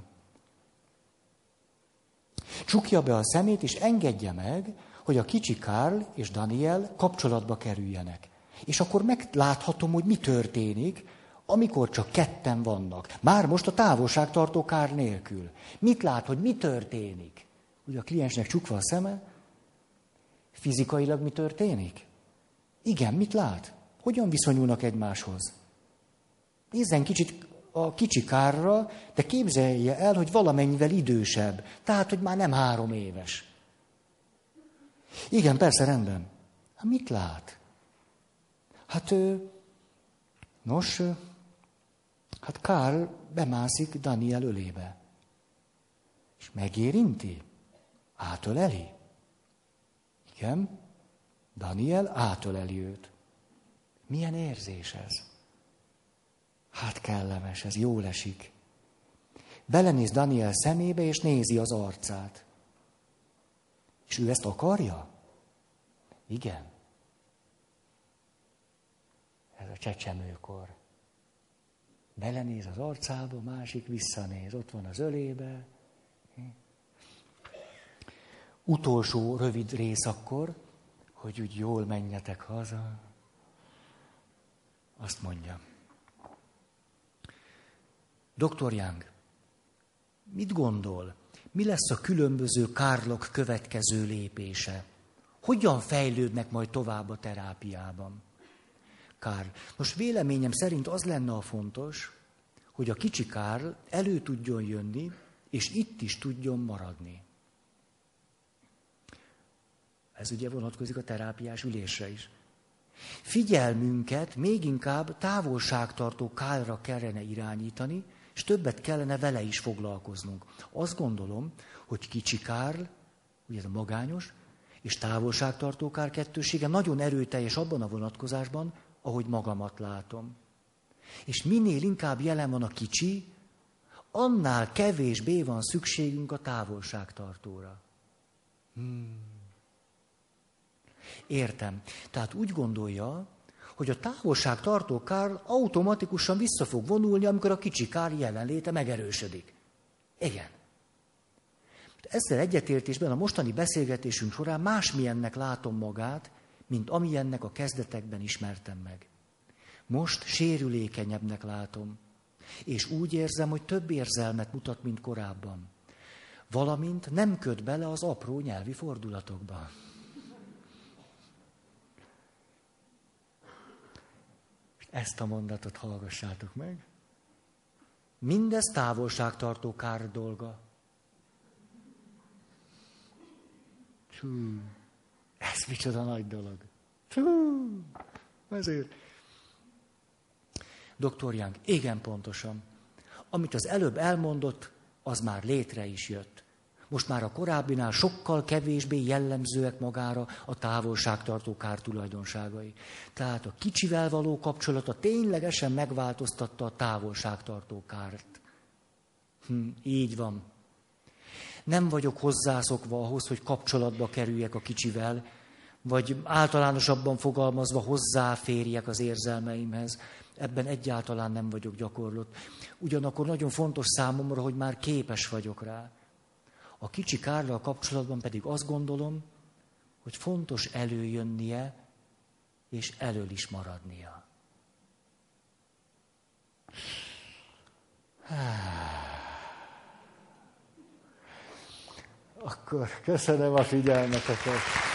Csukja be a szemét, és engedje meg, hogy a kicsi Karl és Daniel kapcsolatba kerüljenek. És akkor megláthatom, hogy mi történik, amikor csak ketten vannak. Már most a távolságtartó Karl nélkül. Mit lát, hogy mi történik? Ugye a kliensnek csukva a szeme, fizikailag mi történik? Igen, mit lát? Hogyan viszonyulnak egymáshoz? Nézzen kicsit a kicsi Karlra, de képzelje el, hogy valamennyivel idősebb. Tehát, hogy már nem három éves. Igen, persze, rendben. Hát mit lát? Hát, nos, hát Karl bemászik Daniel ölébe. És megérinti? Átöleli? Igen, Daniel átöleli őt. Milyen érzés ez? Hát kellemes, ez jól esik. Belenéz Daniel szemébe, és nézi az arcát. És ő ezt akarja? Igen. Ez a csecsemőkor. Belenéz az arcába, másik visszanéz. Ott van az ölébe. Utolsó rövid rész akkor, hogy úgy jól menjetek haza. Azt mondja. doktor Young, mit gondol? Mi lesz a különböző Karlok következő lépése? Hogyan fejlődnek majd tovább a terápiában? Karl. Most véleményem szerint az lenne a fontos, hogy a kicsi Karl elő tudjon jönni, és itt is tudjon maradni. Ez ugye vonatkozik a terápiás ülésre is. Figyelmünket még inkább távolságtartó Karlra kellene irányítani, és többet kellene vele is foglalkoznunk. Azt gondolom, hogy kicsi Karl, ugye ez a magányos, és távolságtartó Karl kettősége nagyon erőteljes abban a vonatkozásban, ahogy magamat látom. És minél inkább jelen van a kicsi, annál kevésbé van szükségünk a távolságtartóra. Hmm. Értem. Tehát úgy gondolja, hogy a távolságtartó Karl automatikusan vissza fog vonulni, amikor a kicsi Karl jelenléte megerősödik. Igen. Ezzel egyetértésben a mostani beszélgetésünk során másmilyennek látom magát, mint amilyennek a kezdetekben ismertem meg. Most sérülékenyebbnek látom, és úgy érzem, hogy több érzelmet mutat, mint korábban. Valamint nem köt bele az apró nyelvi fordulatokba. Ezt a mondatot hallgassátok meg. Mindez távolságtartó Karl dolga. Hú, ez micsoda nagy dolog. Hú, ezért. doktor Young, igen pontosan. Amit az előbb elmondott, az már létre is jött. Most már a korábbinál sokkal kevésbé jellemzőek magára a távolságtartó kár tulajdonságai. Tehát a kicsivel való kapcsolata ténylegesen megváltoztatta a távolságtartó kárt. Hm, így van. Nem vagyok hozzászokva ahhoz, hogy kapcsolatba kerüljek a kicsivel, vagy általánosabban fogalmazva hozzáférjek az érzelmeimhez. Ebben egyáltalán nem vagyok gyakorlott. Ugyanakkor nagyon fontos számomra, hogy már képes vagyok rá. A kicsi Kárral kapcsolatban pedig azt gondolom, hogy fontos előjönnie, és elől is maradnia. Akkor köszönöm a figyelmeteket.